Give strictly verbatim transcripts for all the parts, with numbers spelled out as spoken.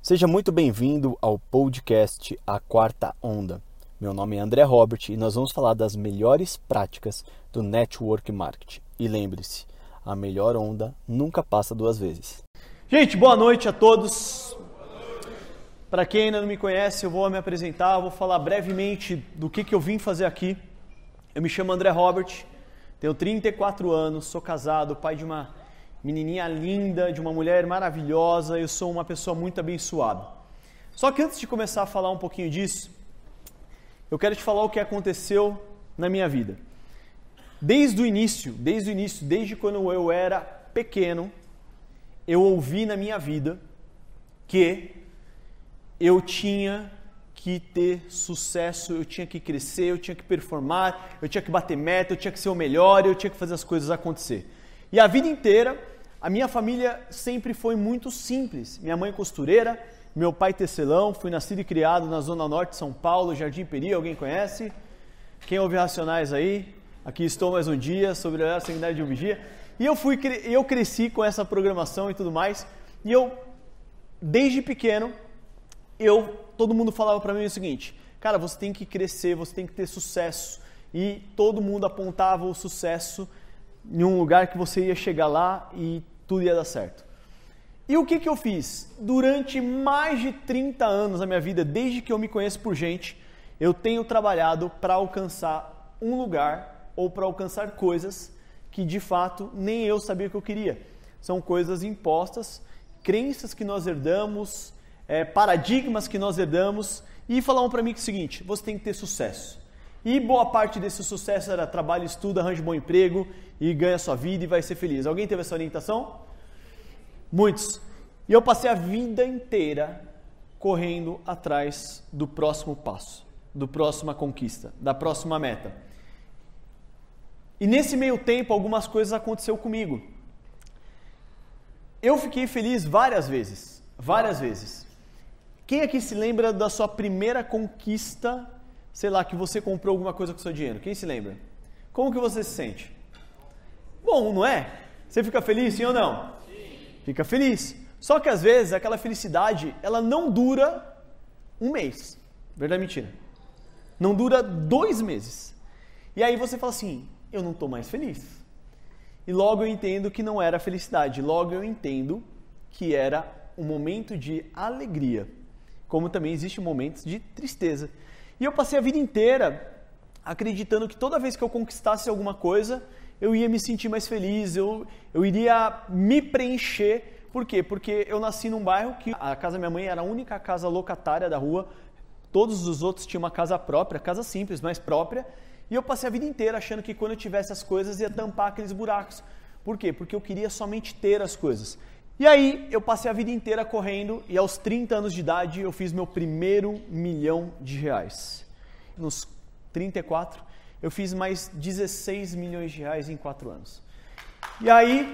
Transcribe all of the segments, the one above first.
Seja muito bem-vindo ao podcast A Quarta Onda. Meu nome é André Robert e nós vamos falar das melhores práticas do Network Marketing. E lembre-se, a melhor onda nunca passa duas vezes. Gente, boa noite a todos. Para quem ainda não me conhece, eu vou me apresentar, vou falar brevemente do que, que eu vim fazer aqui. Eu me chamo André Robert, tenho trinta e quatro anos, sou casado, pai de uma menininha linda, de uma mulher maravilhosa, eu sou uma pessoa muito abençoada. Só que antes de começar a falar um pouquinho disso, eu quero te falar o que aconteceu na minha vida. Desde o início, desde o início, desde quando eu era pequeno, eu ouvi na minha vida que eu tinha que ter sucesso, eu tinha que crescer, eu tinha que performar, eu tinha que bater meta, eu tinha que ser o melhor, eu tinha que fazer as coisas acontecer. E a vida inteira, a minha família sempre foi muito simples. Minha mãe costureira, meu pai tecelão, fui nascido e criado na Zona Norte de São Paulo, Jardim Peri, alguém conhece? Quem ouve Racionais aí? Aqui estou mais um dia, sobre a sanidade de um vigia. E eu, fui, eu cresci com essa programação e tudo mais. E eu, desde pequeno, eu, todo mundo falava para mim o seguinte: cara, você tem que crescer, você tem que ter sucesso. E todo mundo apontava o sucesso em um lugar que você ia chegar lá e tudo ia dar certo. E o que que eu fiz? Durante mais de trinta anos da minha vida, desde que eu me conheço por gente, eu tenho trabalhado para alcançar um lugar ou para alcançar coisas que de fato nem eu sabia que eu queria. São coisas impostas, crenças que nós herdamos, é, paradigmas que nós herdamos, e falavam para mim que é o seguinte: você tem que ter sucesso. E boa parte desse sucesso era trabalho, estuda, arranja um bom emprego e ganha sua vida e vai ser feliz. Alguém teve essa orientação? Muitos. E eu passei a vida inteira correndo atrás do próximo passo, do próxima conquista, da próxima meta. E nesse meio tempo, algumas coisas aconteceram comigo. Eu fiquei feliz várias vezes, várias vezes. Quem aqui se lembra da sua primeira conquista? Sei lá, que você comprou alguma coisa com seu dinheiro. Quem se lembra? Como que você se sente? Bom, não é? Você fica feliz, sim ou não? Sim. Fica feliz. Só que às vezes aquela felicidade, ela não dura um mês. Verdade ou mentira? Não dura dois meses. E aí você fala assim: eu não estou mais feliz. E logo eu entendo que não era felicidade. Logo eu entendo que era um momento de alegria. Como também existem momentos de tristeza. E eu passei a vida inteira acreditando que toda vez que eu conquistasse alguma coisa, eu ia me sentir mais feliz, eu, eu iria me preencher. Por quê? Porque eu nasci num bairro que a casa da minha mãe era a única casa locatária da rua, todos os outros tinham uma casa própria, casa simples, mas própria, e eu passei a vida inteira achando que quando eu tivesse as coisas ia tampar aqueles buracos. Por quê? Porque eu queria somente ter as coisas. E aí eu passei a vida inteira correndo e aos trinta anos de idade eu fiz meu primeiro milhão de reais. Nos trinta e quatro eu fiz mais dezesseis milhões de reais em quatro anos. E aí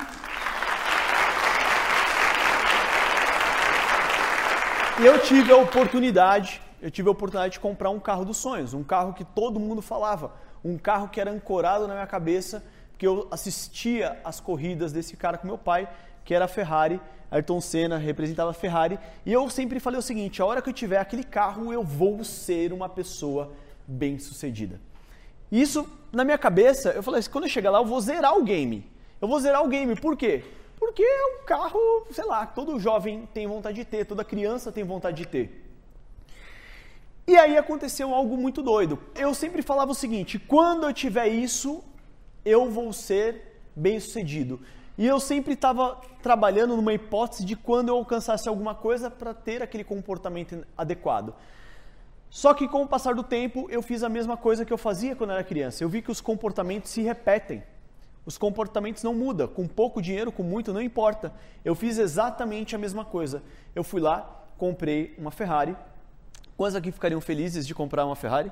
eu tive a oportunidade, eu tive a oportunidade de comprar um carro dos sonhos, um carro que todo mundo falava, um carro que era ancorado na minha cabeça, porque eu assistia às corridas desse cara com meu pai, que era a Ferrari. Ayrton Senna representava a Ferrari, e eu sempre falei o seguinte: a hora que eu tiver aquele carro, eu vou ser uma pessoa bem-sucedida. Isso, na minha cabeça, eu falei assim: quando eu chegar lá, eu vou zerar o game. Eu vou zerar o game, por quê? Porque é um carro, sei lá, todo jovem tem vontade de ter, toda criança tem vontade de ter. E aí aconteceu algo muito doido. Eu sempre falava o seguinte: quando eu tiver isso, eu vou ser bem-sucedido. E eu sempre estava trabalhando numa hipótese de quando eu alcançasse alguma coisa para ter aquele comportamento adequado. Só que com o passar do tempo, eu fiz a mesma coisa que eu fazia quando eu era criança. Eu vi que os comportamentos se repetem. Os comportamentos não mudam. Com pouco dinheiro, com muito, não importa. Eu fiz exatamente a mesma coisa. Eu fui lá, comprei uma Ferrari. Quantos aqui ficariam felizes de comprar uma Ferrari?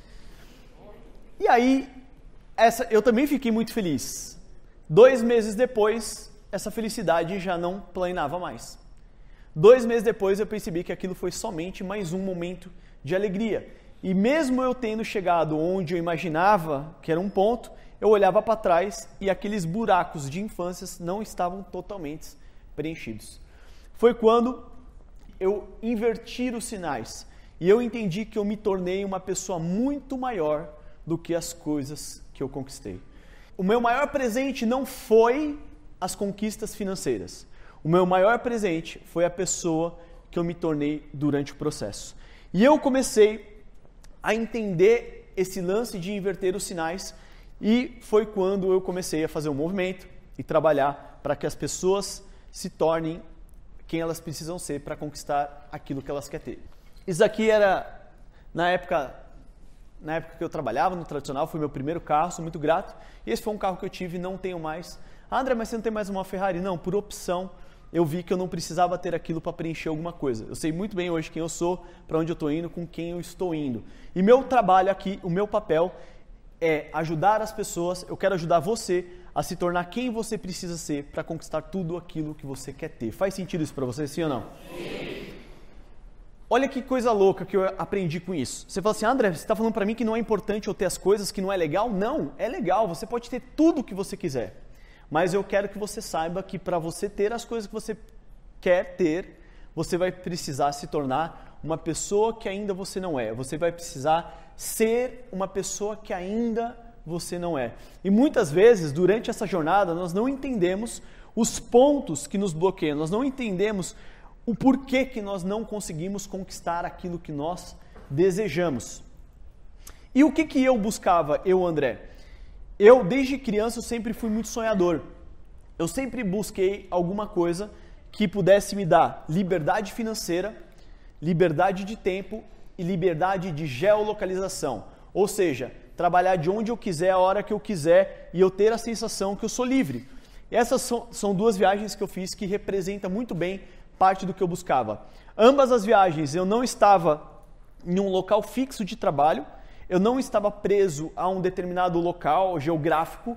E aí, essa, eu também fiquei muito feliz. Dois meses depois, essa felicidade já não planejava mais. Dois meses depois eu percebi que aquilo foi somente mais um momento de alegria. E mesmo eu tendo chegado onde eu imaginava que era um ponto, eu olhava para trás e aqueles buracos de infância não estavam totalmente preenchidos. Foi quando eu invertir os sinais. E eu entendi que eu me tornei uma pessoa muito maior do que as coisas que eu conquistei. O meu maior presente não foi as conquistas financeiras. O meu maior presente foi a pessoa que eu me tornei durante o processo. E eu comecei a entender esse lance de inverter os sinais e foi quando eu comecei a fazer um movimento e trabalhar para que as pessoas se tornem quem elas precisam ser para conquistar aquilo que elas querem ter. Isso aqui era, na época, na época que eu trabalhava no tradicional, foi meu primeiro carro, sou muito grato. E esse foi um carro que eu tive e não tenho mais. Ah, André, mas você não tem mais uma Ferrari? Não, por opção, eu vi que eu não precisava ter aquilo para preencher alguma coisa. Eu sei muito bem hoje quem eu sou, para onde eu estou indo, com quem eu estou indo. E meu trabalho aqui, o meu papel é ajudar as pessoas, eu quero ajudar você a se tornar quem você precisa ser para conquistar tudo aquilo que você quer ter. Faz sentido isso para você, sim ou não? Sim. Olha que coisa louca que eu aprendi com isso. Você fala assim, André, você está falando para mim que não é importante eu ter as coisas, que não é legal? Não, é legal, você pode ter tudo o que você quiser. Mas eu quero que você saiba que para você ter as coisas que você quer ter, você vai precisar se tornar uma pessoa que ainda você não é. Você vai precisar ser uma pessoa que ainda você não é. E muitas vezes, durante essa jornada, nós não entendemos os pontos que nos bloqueiam, nós não entendemos o porquê que nós não conseguimos conquistar aquilo que nós desejamos. E o que que eu buscava, eu, André? Eu, desde criança, eu sempre fui muito sonhador. Eu sempre busquei alguma coisa que pudesse me dar liberdade financeira, liberdade de tempo e liberdade de geolocalização. Ou seja, trabalhar de onde eu quiser, a hora que eu quiser e eu ter a sensação que eu sou livre. E essas são, são duas viagens que eu fiz que representam muito bem parte do que eu buscava. Ambas as viagens eu não estava em um local fixo de trabalho, eu não estava preso a um determinado local geográfico,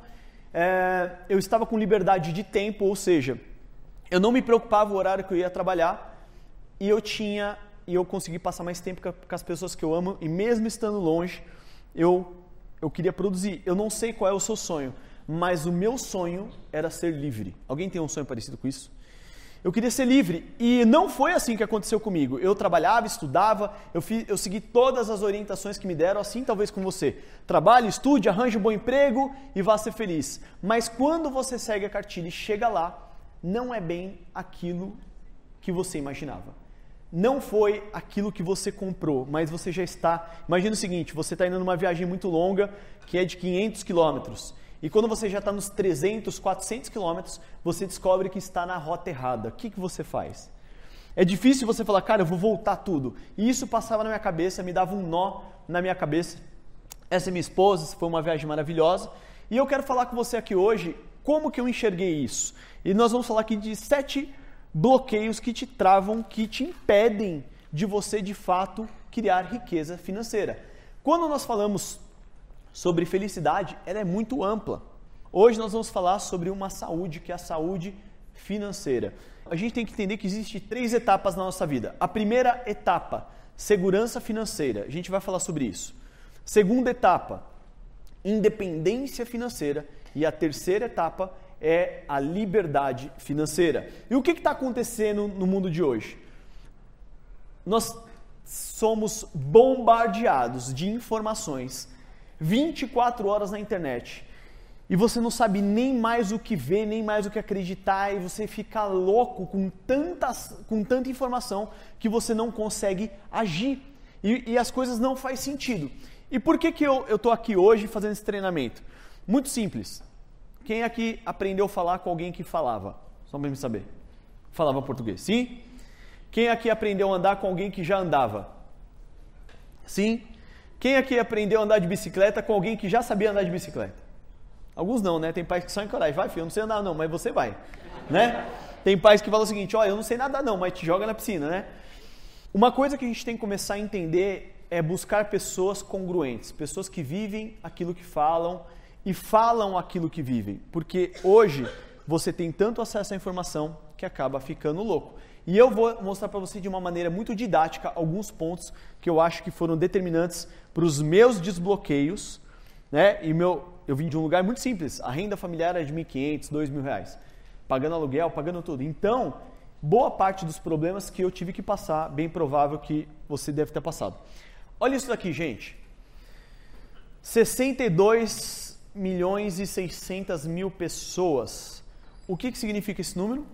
é, eu estava com liberdade de tempo, ou seja, eu não me preocupava o horário que eu ia trabalhar e eu tinha e eu consegui passar mais tempo com as pessoas que eu amo e mesmo estando longe, eu, eu queria produzir. Eu não sei qual é o seu sonho, mas o meu sonho era ser livre. Alguém tem um sonho parecido com isso? Eu queria ser livre e não foi assim que aconteceu comigo. Eu trabalhava, estudava, eu, fiz, eu segui todas as orientações que me deram, assim talvez com você. Trabalhe, estude, arranje um bom emprego e vá ser feliz. Mas quando você segue a cartilha e chega lá, não é bem aquilo que você imaginava. Não foi aquilo que você comprou, mas você já está... Imagina o seguinte, você está indo numa viagem muito longa, que é de quinhentos quilômetros. E quando você já está nos trezentos, quatrocentos quilômetros, você descobre que está na rota errada. O que, que você faz? É difícil você falar, cara, eu vou voltar tudo. E isso passava na minha cabeça, me dava um nó na minha cabeça. Essa é minha esposa, foi uma viagem maravilhosa. E eu quero falar com você aqui hoje como que eu enxerguei isso. E nós vamos falar aqui de sete bloqueios que te travam, que te impedem de você, de fato, criar riqueza financeira. Quando nós falamos sobre felicidade, ela é muito ampla. Hoje nós vamos falar sobre uma saúde, que é a saúde financeira. A gente tem que entender que existem três etapas na nossa vida. A primeira etapa, segurança financeira. A gente vai falar sobre isso. Segunda etapa, independência financeira. E a terceira etapa é a liberdade financeira. E o que está acontecendo no mundo de hoje? Nós somos bombardeados de informações vinte e quatro horas na internet e você não sabe nem mais o que ver, nem mais o que acreditar e você fica louco com, tantas, com tanta informação que você não consegue agir e, e as coisas não fazem sentido. E por que, que eu estou aqui hoje fazendo esse treinamento? Muito simples. Quem aqui aprendeu a falar com alguém que falava? Só para me saber. Falava português, sim? Quem aqui aprendeu a andar com alguém que já andava? Sim? Quem aqui aprendeu a andar de bicicleta com alguém que já sabia andar de bicicleta? Alguns não, né? Tem pais que só encorajam. Vai, filho, eu não sei andar não, mas você vai. Né? Tem pais que falam o seguinte, olha, eu não sei nadar não, mas te joga na piscina, né? Uma coisa que a gente tem que começar a entender é buscar pessoas congruentes, pessoas que vivem aquilo que falam e falam aquilo que vivem. Porque hoje você tem tanto acesso à informação que acaba ficando louco. E eu vou mostrar para você de uma maneira muito didática alguns pontos que eu acho que foram determinantes para os meus desbloqueios, né? E meu, eu vim de um lugar muito simples, a renda familiar era de mil e quinhentos, dois mil reais, pagando aluguel, pagando tudo. Então, boa parte dos problemas que eu tive que passar, bem provável que você deve ter passado. Olha isso daqui, gente. sessenta e dois milhões e seiscentas mil pessoas. O que, que significa esse número?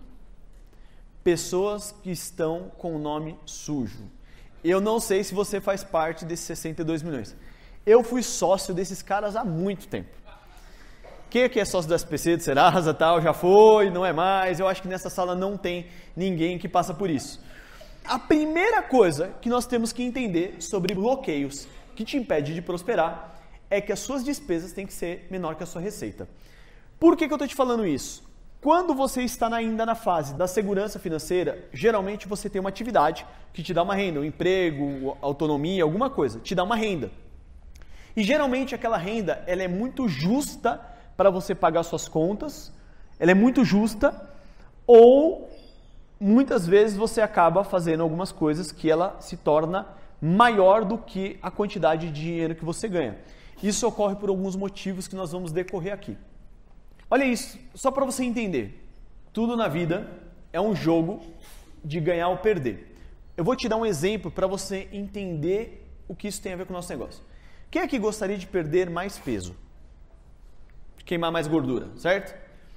Pessoas que estão com o nome sujo. Eu não sei se você faz parte desses sessenta e dois milhões. Eu fui sócio desses caras há muito tempo. Quem aqui é sócio do S P C, do Serasa, tal, já foi, não é mais. Eu acho que nessa sala não tem ninguém que passa por isso. A primeira coisa que nós temos que entender sobre bloqueios que te impede de prosperar é que as suas despesas têm que ser menor que a sua receita. Por que que eu estou te falando isso? Quando você está ainda na fase da segurança financeira, geralmente você tem uma atividade que te dá uma renda, um emprego, autonomia, alguma coisa, te dá uma renda. E geralmente aquela renda, ela é muito justa para você pagar suas contas, ela é muito justa, ou muitas vezes você acaba fazendo algumas coisas que ela se torna maior do que a quantidade de dinheiro que você ganha. Isso ocorre por alguns motivos que nós vamos decorrer aqui. Olha isso, só para você entender. Tudo na vida é um jogo de ganhar ou perder. Eu vou te dar um exemplo para você entender o que isso tem a ver com o nosso negócio. Quem aqui gostaria de perder mais peso? Queimar mais gordura, certo?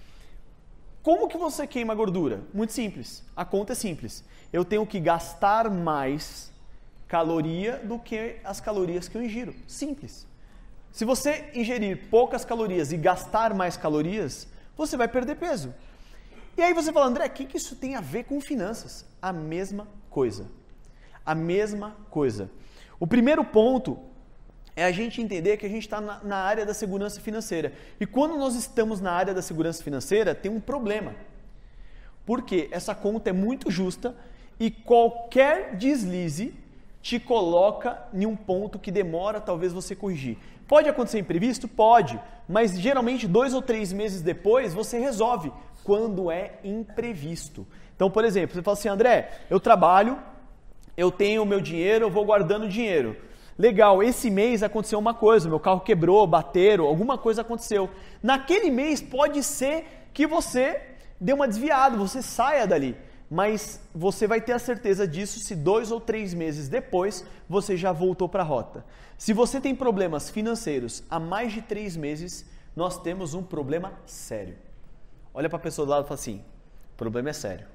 Como que você queima gordura? Muito simples. A conta é simples. Eu tenho que gastar mais caloria do que as calorias que eu ingiro. Simples. Se você ingerir poucas calorias e gastar mais calorias, você vai perder peso. E aí você fala, André, o que, que isso tem a ver com finanças? A mesma coisa. A mesma coisa. O primeiro ponto é a gente entender que a gente está na, na área da segurança financeira. E quando nós estamos na área da segurança financeira, tem um problema. Porque essa conta é muito justa e qualquer deslize te coloca em um ponto que demora talvez você corrigir. Pode acontecer imprevisto? Pode, mas geralmente dois ou três meses depois você resolve quando é imprevisto. Então, por exemplo, você fala assim, André, eu trabalho, eu tenho o meu dinheiro, eu vou guardando dinheiro. Legal, esse mês aconteceu uma coisa, meu carro quebrou, bateram, alguma coisa aconteceu. Naquele mês pode ser que você dê uma desviada, você saia dali. Mas você vai ter a certeza disso se dois ou três meses depois você já voltou para a rota. Se você tem problemas financeiros há mais de três meses, nós temos um problema sério. Olha para a pessoa do lado e fala assim, o problema é sério.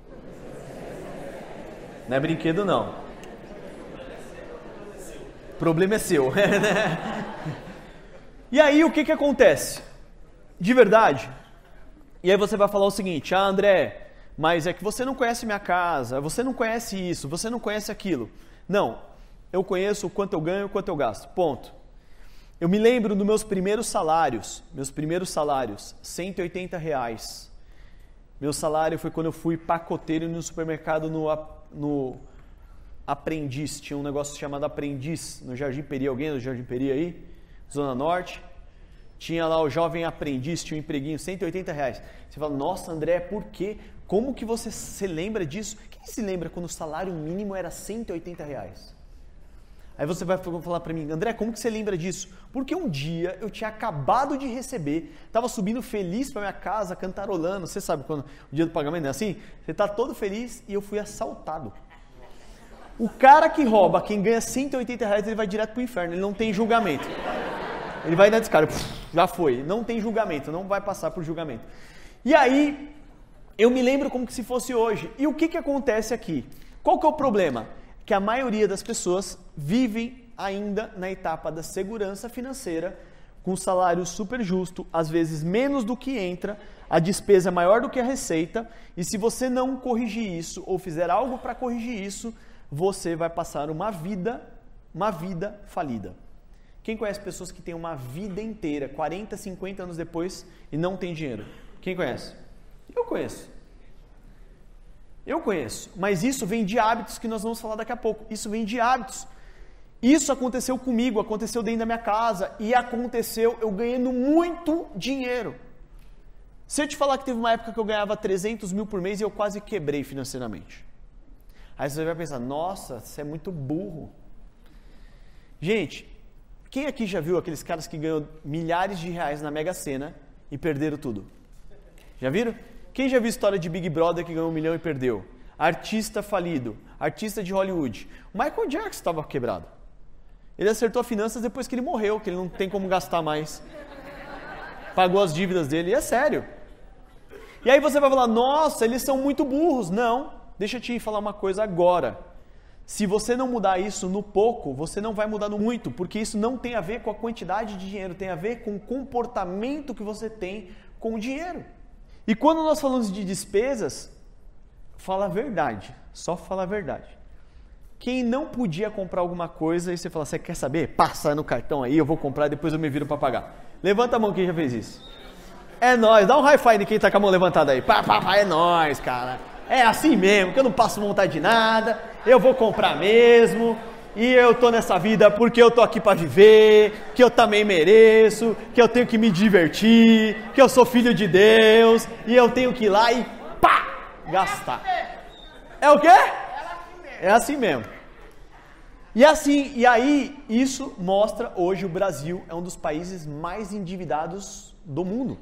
Não é brinquedo não. O problema é seu. E aí o que, que acontece? De verdade. E aí você vai falar o seguinte, ah André, mas é que você não conhece minha casa, você não conhece isso, você não conhece aquilo. Não, eu conheço o quanto eu ganho e o quanto eu gasto, ponto. Eu me lembro dos meus primeiros salários, meus primeiros salários, cento e oitenta reais. Meu salário foi quando eu fui pacoteiro no supermercado no, no Aprendiz, tinha um negócio chamado Aprendiz, no Jardim Peri, alguém do Jardim Peri aí? Zona Norte. Tinha lá o Jovem Aprendiz, tinha um empreguinho, cento e oitenta reais. Você fala, nossa André, por quê? Como que você se lembra disso? Quem se lembra quando o salário mínimo era cento e oitenta reais? Aí você vai falar para mim, André, como que você lembra disso? Porque um dia eu tinha acabado de receber, estava subindo feliz para minha casa, cantarolando. Você sabe quando o dia do pagamento é assim? Você está todo feliz e eu fui assaltado. O cara que rouba, quem ganha cento e oitenta reais, ele vai direto para o inferno, ele não tem julgamento. Ele vai na descarga, já foi, não tem julgamento, não vai passar por julgamento. E aí, eu me lembro como que se fosse hoje. E o que, que acontece aqui? Qual que é o problema? Que a maioria das pessoas vivem ainda na etapa da segurança financeira, com salário super justo, às vezes menos do que entra, a despesa é maior do que a receita, e se você não corrigir isso, ou fizer algo para corrigir isso, você vai passar uma vida, uma vida falida. Quem conhece pessoas que têm uma vida inteira, quarenta, cinquenta anos depois, e não tem dinheiro? Quem conhece? Eu conheço. Eu conheço. Mas isso vem de hábitos que nós vamos falar daqui a pouco. Isso vem de hábitos. Isso aconteceu comigo, aconteceu dentro da minha casa e aconteceu eu ganhando muito dinheiro. Se eu te falar que teve uma época que eu ganhava trezentos mil por mês e eu quase quebrei financeiramente. Aí você vai pensar, nossa, você é muito burro. Gente, quem aqui já viu aqueles caras que ganham milhares de reais na Mega Sena e perderam tudo? Já viram? O Quem já viu história de Big Brother que ganhou um milhão e perdeu? Artista falido, artista de Hollywood. O Michael Jackson estava quebrado. Ele acertou finanças depois que ele morreu, que ele não tem como gastar mais. Pagou as dívidas dele, e é sério. E aí você vai falar, nossa, eles são muito burros. Não, deixa eu te falar uma coisa agora. Se você não mudar isso no pouco, você não vai mudar no muito, porque isso não tem a ver com a quantidade de dinheiro, tem a ver com o comportamento que você tem com o dinheiro. E quando nós falamos de despesas, fala a verdade, só fala a verdade. Quem não podia comprar alguma coisa e você fala, você quer saber? Passa no cartão aí, eu vou comprar e depois eu me viro para pagar. Levanta a mão quem já fez isso. É nóis, dá um high five de quem tá com a mão levantada aí. Pá, pá, pá, é nóis, cara. É assim mesmo, que eu não passo vontade de nada, eu vou comprar mesmo, e eu tô nessa vida porque eu tô aqui para viver, que eu também mereço, que eu tenho que me divertir, que eu sou filho de Deus, e eu tenho que ir lá e pá, gastar. É o quê? É assim mesmo. E assim, e aí isso mostra hoje o Brasil é um dos países mais endividados do mundo.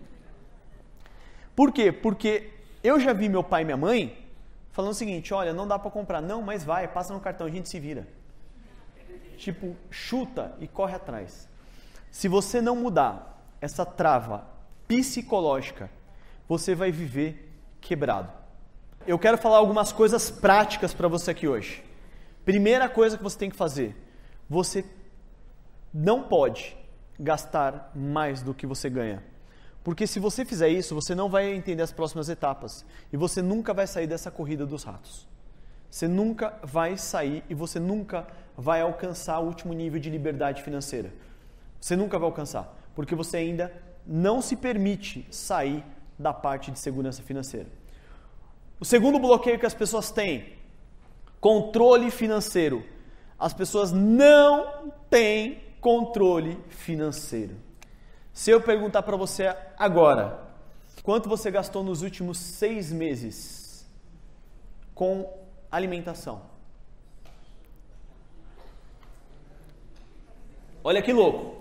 Por quê? Porque eu já vi meu pai e minha mãe falando o seguinte, olha, não dá para comprar. Não, mas vai, passa no cartão, a gente se vira. Tipo, chuta e corre atrás. Se você não mudar essa trava psicológica, você vai viver quebrado. Eu quero falar algumas coisas práticas para você aqui hoje. Primeira coisa que você tem que fazer, você não pode gastar mais do que você ganha. Porque se você fizer isso, você não vai entender as próximas etapas. E você nunca vai sair dessa corrida dos ratos. Você nunca vai sair e você nunca vai alcançar o último nível de liberdade financeira. Você nunca vai alcançar. Porque você ainda não se permite sair da parte de segurança financeira. O segundo bloqueio que as pessoas têm, controle financeiro. As pessoas não têm controle financeiro. Se eu perguntar para você agora, quanto você gastou nos últimos seis meses com alimentação? Olha que louco.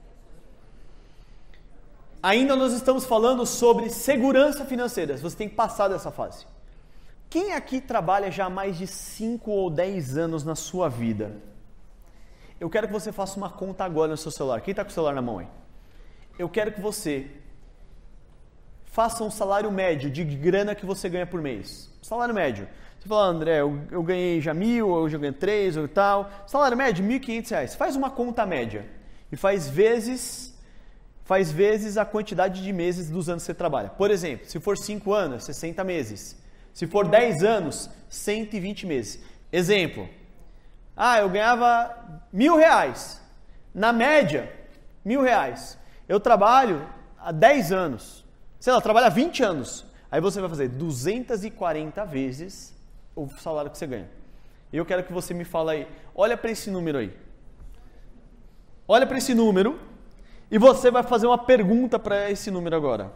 Ainda nós estamos falando sobre segurança financeira. Você tem que passar dessa fase. Quem aqui trabalha já há mais de cinco ou dez anos na sua vida? Eu quero que você faça uma conta agora no seu celular. Quem está com o celular na mão aí? Eu quero que você faça um salário médio de grana que você ganha por mês. Salário médio. Você fala, André, eu, eu ganhei já mil, eu já ganhei três ou tal. Salário médio, mil e quinhentos reais. Faz uma conta média e faz vezes, faz vezes a quantidade de meses dos anos que você trabalha. Por exemplo, se for cinco anos, sessenta meses. Se for dez anos, cento e vinte meses. Exemplo. Ah, eu ganhava mil reais. Na média, mil reais. Eu trabalho há dez anos, sei lá, trabalho há vinte anos, aí você vai fazer duzentas e quarenta vezes o salário que você ganha. E eu quero que você me fale aí, olha para esse número aí, olha para esse número e você vai fazer uma pergunta para esse número agora.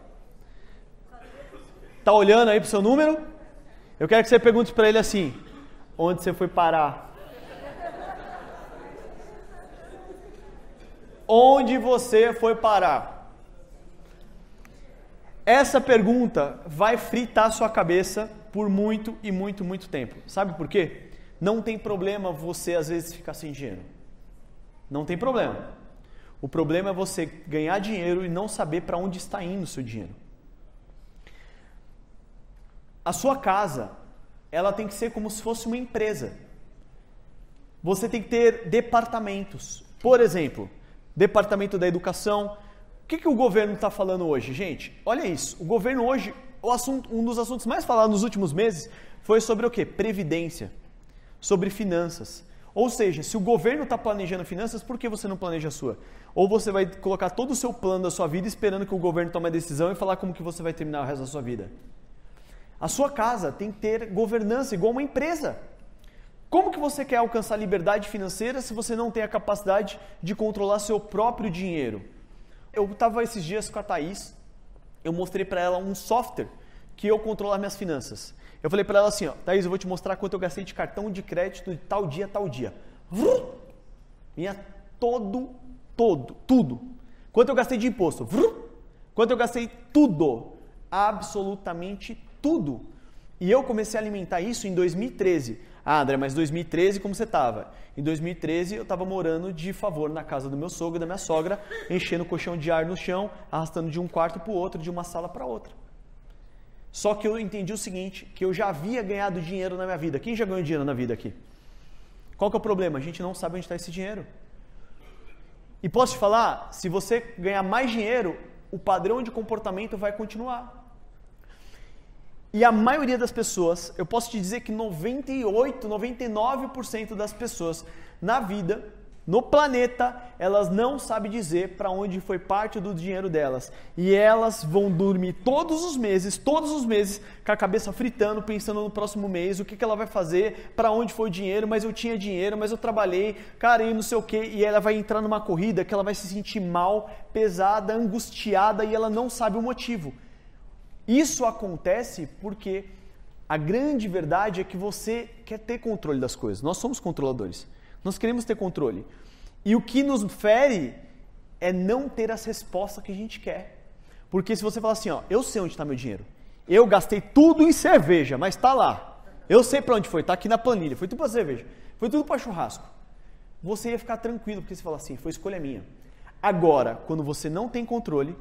Tá olhando aí para o seu número? Eu quero que você pergunte para ele assim, onde você foi parar? Onde você foi parar? Essa pergunta vai fritar sua cabeça por muito e muito, muito tempo. Sabe por quê? Não tem problema você às vezes ficar sem dinheiro. Não tem problema. O problema é você ganhar dinheiro e não saber para onde está indo o seu dinheiro. A sua casa, ela tem que ser como se fosse uma empresa. Você tem que ter departamentos. Por exemplo, Departamento da Educação. O que, que o governo está falando hoje, gente? Olha isso. O governo hoje, o assunto, um dos assuntos mais falados nos últimos meses foi sobre o quê? Previdência. Sobre finanças. Ou seja, se o governo está planejando finanças, por que você não planeja a sua? Ou você vai colocar todo o seu plano da sua vida esperando que o governo tome a decisão e falar como que você vai terminar o resto da sua vida? A sua casa tem que ter governança igual uma empresa. Como que você quer alcançar liberdade financeira se você não tem a capacidade de controlar seu próprio dinheiro? Eu estava esses dias com a Thaís, eu mostrei para ela um software que eu controlo as minhas finanças. Eu falei para ela assim, ó, Thaís, eu vou te mostrar quanto eu gastei de cartão de crédito de tal dia, tal dia. Vinha todo, todo, tudo. Quanto eu gastei de imposto. Quanto eu gastei tudo. absolutamente tudo. E eu comecei a alimentar isso em dois mil e treze. Ah, André, mas dois mil e treze como você estava? Em dois mil e treze eu estava morando de favor na casa do meu sogro e da minha sogra, enchendo o colchão de ar no chão, arrastando de um quarto para o outro, de uma sala para outra. Só que eu entendi o seguinte, que eu já havia ganhado dinheiro na minha vida. Quem já ganhou dinheiro na vida aqui? Qual que é o problema? A gente não sabe onde está esse dinheiro. E posso te falar, se você ganhar mais dinheiro, o padrão de comportamento vai continuar. E a maioria das pessoas, eu posso te dizer que noventa e oito, noventa e nove por cento das pessoas na vida, no planeta, elas não sabem dizer para onde foi parte do dinheiro delas. E elas vão dormir todos os meses, todos os meses, com a cabeça fritando, pensando no próximo mês, o que, que ela vai fazer, para onde foi o dinheiro, mas eu tinha dinheiro, mas eu trabalhei, cara, e não sei o quê. E ela vai entrar numa corrida que ela vai se sentir mal, pesada, angustiada e ela não sabe o motivo. Isso acontece porque a grande verdade é que você quer ter controle das coisas. Nós somos controladores. Nós queremos ter controle. E o que nos fere é não ter as respostas que a gente quer. Porque se você falar assim, ó, eu sei onde está meu dinheiro. Eu gastei tudo em cerveja, mas está lá. Eu sei para onde foi, está aqui na planilha. Foi tudo para cerveja. Foi tudo para churrasco. Você ia ficar tranquilo, porque você fala assim, foi escolha minha. Agora, quando você não tem controle,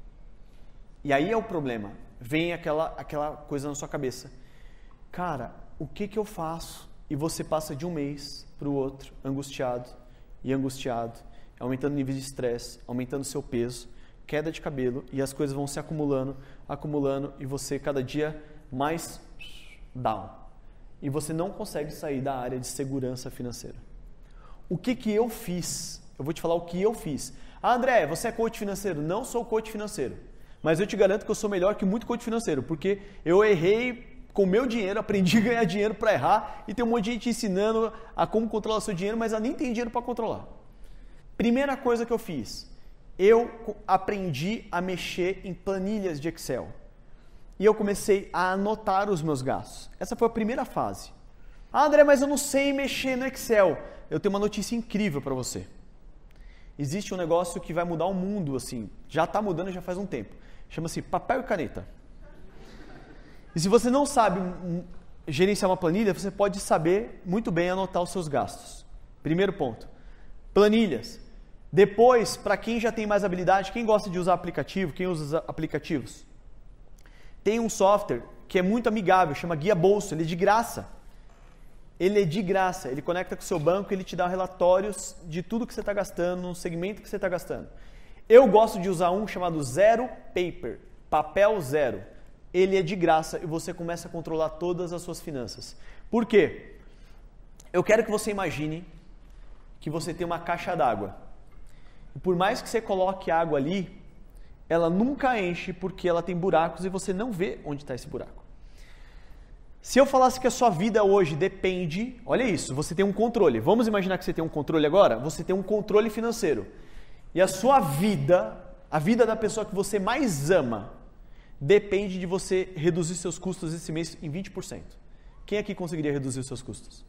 e aí é o problema. Vem aquela, aquela coisa na sua cabeça. Cara, o que que eu faço? E você passa de um mês para o outro, angustiado e angustiado, aumentando níveis de estresse, aumentando seu peso, queda de cabelo e as coisas vão se acumulando, acumulando e você cada dia mais down. E você não consegue sair da área de segurança financeira. O que que eu fiz? Eu vou te falar o que eu fiz. Ah, André, você é coach financeiro? Não sou coach financeiro. Mas eu te garanto que eu sou melhor que muito coach financeiro, porque eu errei com o meu dinheiro, aprendi a ganhar dinheiro para errar e tem um monte de gente ensinando a como controlar seu dinheiro, mas ela nem tem dinheiro para controlar. Primeira coisa que eu fiz, eu aprendi a mexer em planilhas de Excel e eu comecei a anotar os meus gastos. Essa foi a primeira fase. Ah, André, mas eu não sei mexer no Excel. Eu tenho uma notícia incrível para você. Existe um negócio que vai mudar o mundo, assim, já está mudando já faz um tempo. Chama-se papel e caneta. E se você não sabe gerenciar uma planilha, você pode saber muito bem anotar os seus gastos. Primeiro ponto. Planilhas. Depois, para quem já tem mais habilidade, quem gosta de usar aplicativo, quem usa aplicativos? Tem um software que é muito amigável, chama Guia Bolso, ele é de graça. Ele é de graça, ele conecta com o seu banco, ele te dá relatórios de tudo que você está gastando, no segmento que você está gastando. Eu gosto de usar um chamado Zero Paper, papel zero. Ele é de graça e você começa a controlar todas as suas finanças. Por quê? Eu quero que você imagine que você tem uma caixa d'água. E por mais que você coloque água ali, ela nunca enche porque ela tem buracos e você não vê onde está esse buraco. Se eu falasse que a sua vida hoje depende, olha isso, você tem um controle. Vamos imaginar que você tem um controle agora? Você tem um controle financeiro. E a sua vida, a vida da pessoa que você mais ama, depende de você reduzir seus custos esse mês em vinte por cento. Quem aqui conseguiria reduzir os seus custos?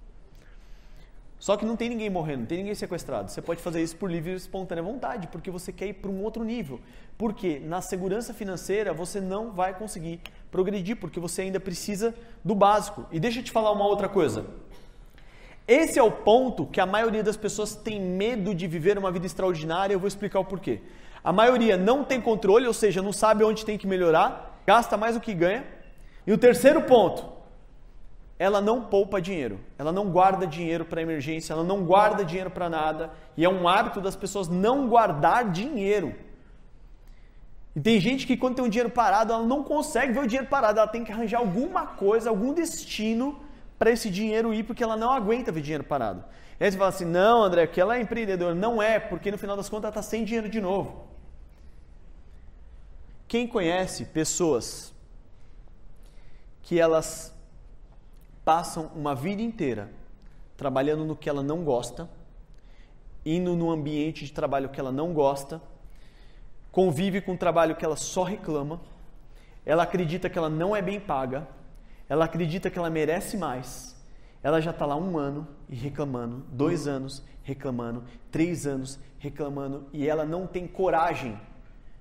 Só que não tem ninguém morrendo, não tem ninguém sequestrado. Você pode fazer isso por livre e espontânea vontade, porque você quer ir para um outro nível. Porque na segurança financeira você não vai conseguir progredir, porque você ainda precisa do básico. E deixa eu te falar uma outra coisa. Esse é o ponto que a maioria das pessoas tem medo de viver uma vida extraordinária, eu vou explicar o porquê. A maioria não tem controle, ou seja, não sabe onde tem que melhorar, gasta mais do que ganha. E o terceiro ponto, ela não poupa dinheiro, ela não guarda dinheiro para emergência, ela não guarda dinheiro para nada, e é um hábito das pessoas não guardar dinheiro. E tem gente que quando tem um dinheiro parado, ela não consegue ver o dinheiro parado, ela tem que arranjar alguma coisa, algum destino para esse dinheiro ir, porque ela não aguenta ver dinheiro parado. E aí você fala assim, não André, que ela é empreendedora. Não é, porque no final das contas ela está sem dinheiro de novo. Quem conhece pessoas que elas passam uma vida inteira trabalhando no que ela não gosta, indo num ambiente de trabalho que ela não gosta, convive com um trabalho que ela só reclama, ela acredita que ela não é bem paga, ela acredita que ela merece mais, ela já está lá um ano e reclamando, dois anos reclamando, três anos reclamando, e ela não tem coragem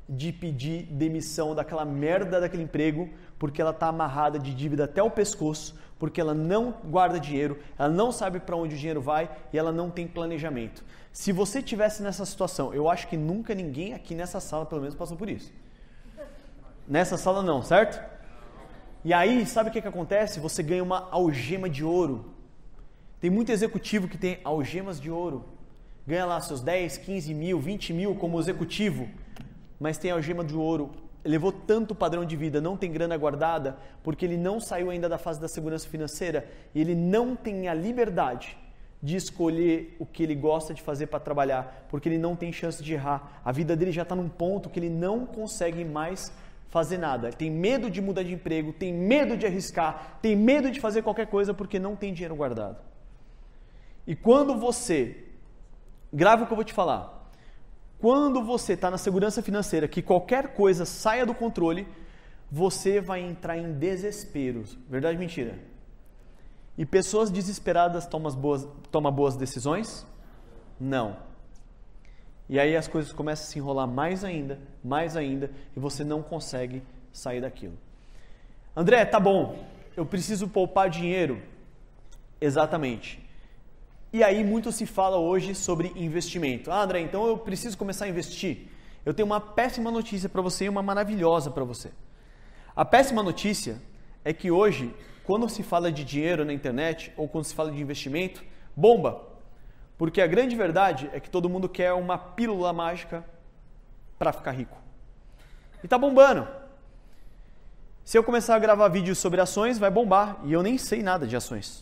de pedir demissão daquela merda daquele emprego, porque ela está amarrada de dívida até o pescoço, porque ela não guarda dinheiro, ela não sabe para onde o dinheiro vai e ela não tem planejamento. Se você tivesse nessa situação, eu acho que nunca ninguém aqui nessa sala, pelo menos, passou por isso. Nessa sala não, certo? E aí, sabe o que, que acontece? Você ganha uma algema de ouro. Tem muito executivo que tem algemas de ouro. Ganha lá seus dez, quinze mil, vinte mil como executivo, mas tem algema de ouro. Levou tanto padrão de vida, não tem grana guardada, porque ele não saiu ainda da fase da segurança financeira e ele não tem a liberdade de escolher o que ele gosta de fazer para trabalhar, porque ele não tem chance de errar. A vida dele já está num ponto que ele não consegue mais fazer nada. Tem medo de mudar de emprego, tem medo de arriscar, tem medo de fazer qualquer coisa porque não tem dinheiro guardado. E quando você, grave o que eu vou te falar, quando você está na segurança financeira, que qualquer coisa saia do controle, você vai entrar em desespero. Verdade ou mentira? E pessoas desesperadas tomam boas, tomam boas decisões? Não. E aí as coisas começam a se enrolar mais ainda, mais ainda, e você não consegue sair daquilo. André, tá bom, eu preciso poupar dinheiro. Exatamente. E aí muito se fala hoje sobre investimento. Ah, André, então eu preciso começar a investir. Eu tenho uma péssima notícia para você e uma maravilhosa para você. A péssima notícia é que hoje, quando se fala de dinheiro na internet ou quando se fala de investimento, bomba. Porque a grande verdade é que todo mundo quer uma pílula mágica para ficar rico. E tá bombando. Se eu começar a gravar vídeos sobre ações, vai bombar. E eu nem sei nada de ações.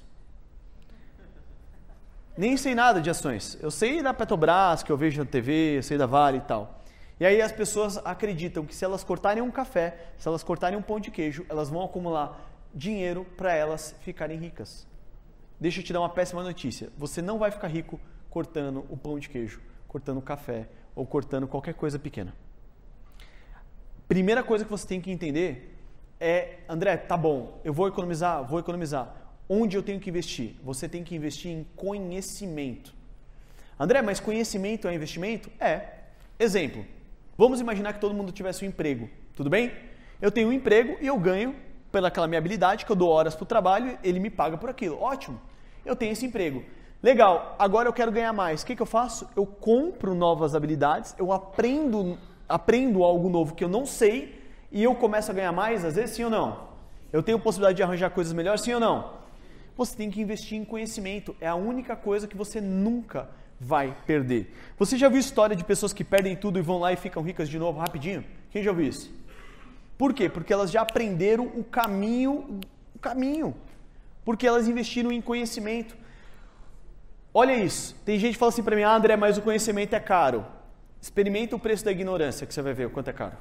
Nem sei nada de ações. Eu sei da Petrobras, que eu vejo na T V, eu sei da Vale e tal. E aí as pessoas acreditam que se elas cortarem um café, se elas cortarem um pão de queijo, elas vão acumular dinheiro para elas ficarem ricas. Deixa eu te dar uma péssima notícia. Você não vai ficar rico cortando o pão de queijo, cortando o café ou cortando qualquer coisa pequena. Primeira coisa que você tem que entender é, André, tá bom, eu vou economizar, vou economizar. Onde eu tenho que investir? Você tem que investir em conhecimento. André, mas conhecimento é investimento? É. Exemplo, vamos imaginar que todo mundo tivesse um emprego, tudo bem? Eu tenho um emprego e eu ganho pelaquela minha habilidade, que eu dou horas para o trabalho, ele me paga por aquilo. Ótimo, eu tenho esse emprego. Legal, agora eu quero ganhar mais. O que, que eu faço? Eu compro novas habilidades, eu aprendo, aprendo algo novo que eu não sei e eu começo a ganhar mais, às vezes sim ou não? Eu tenho possibilidade de arranjar coisas melhores, sim ou não? Você tem que investir em conhecimento. É a única coisa que você nunca vai perder. Você já viu história de pessoas que perdem tudo e vão lá e ficam ricas de novo rapidinho? Quem já viu isso? Por quê? Porque elas já aprenderam o caminho, o caminho. Porque elas investiram em conhecimento. Olha isso. Tem gente que fala assim para mim, ah, André, mas o conhecimento é caro. Experimenta o preço da ignorância que você vai ver o quanto é caro.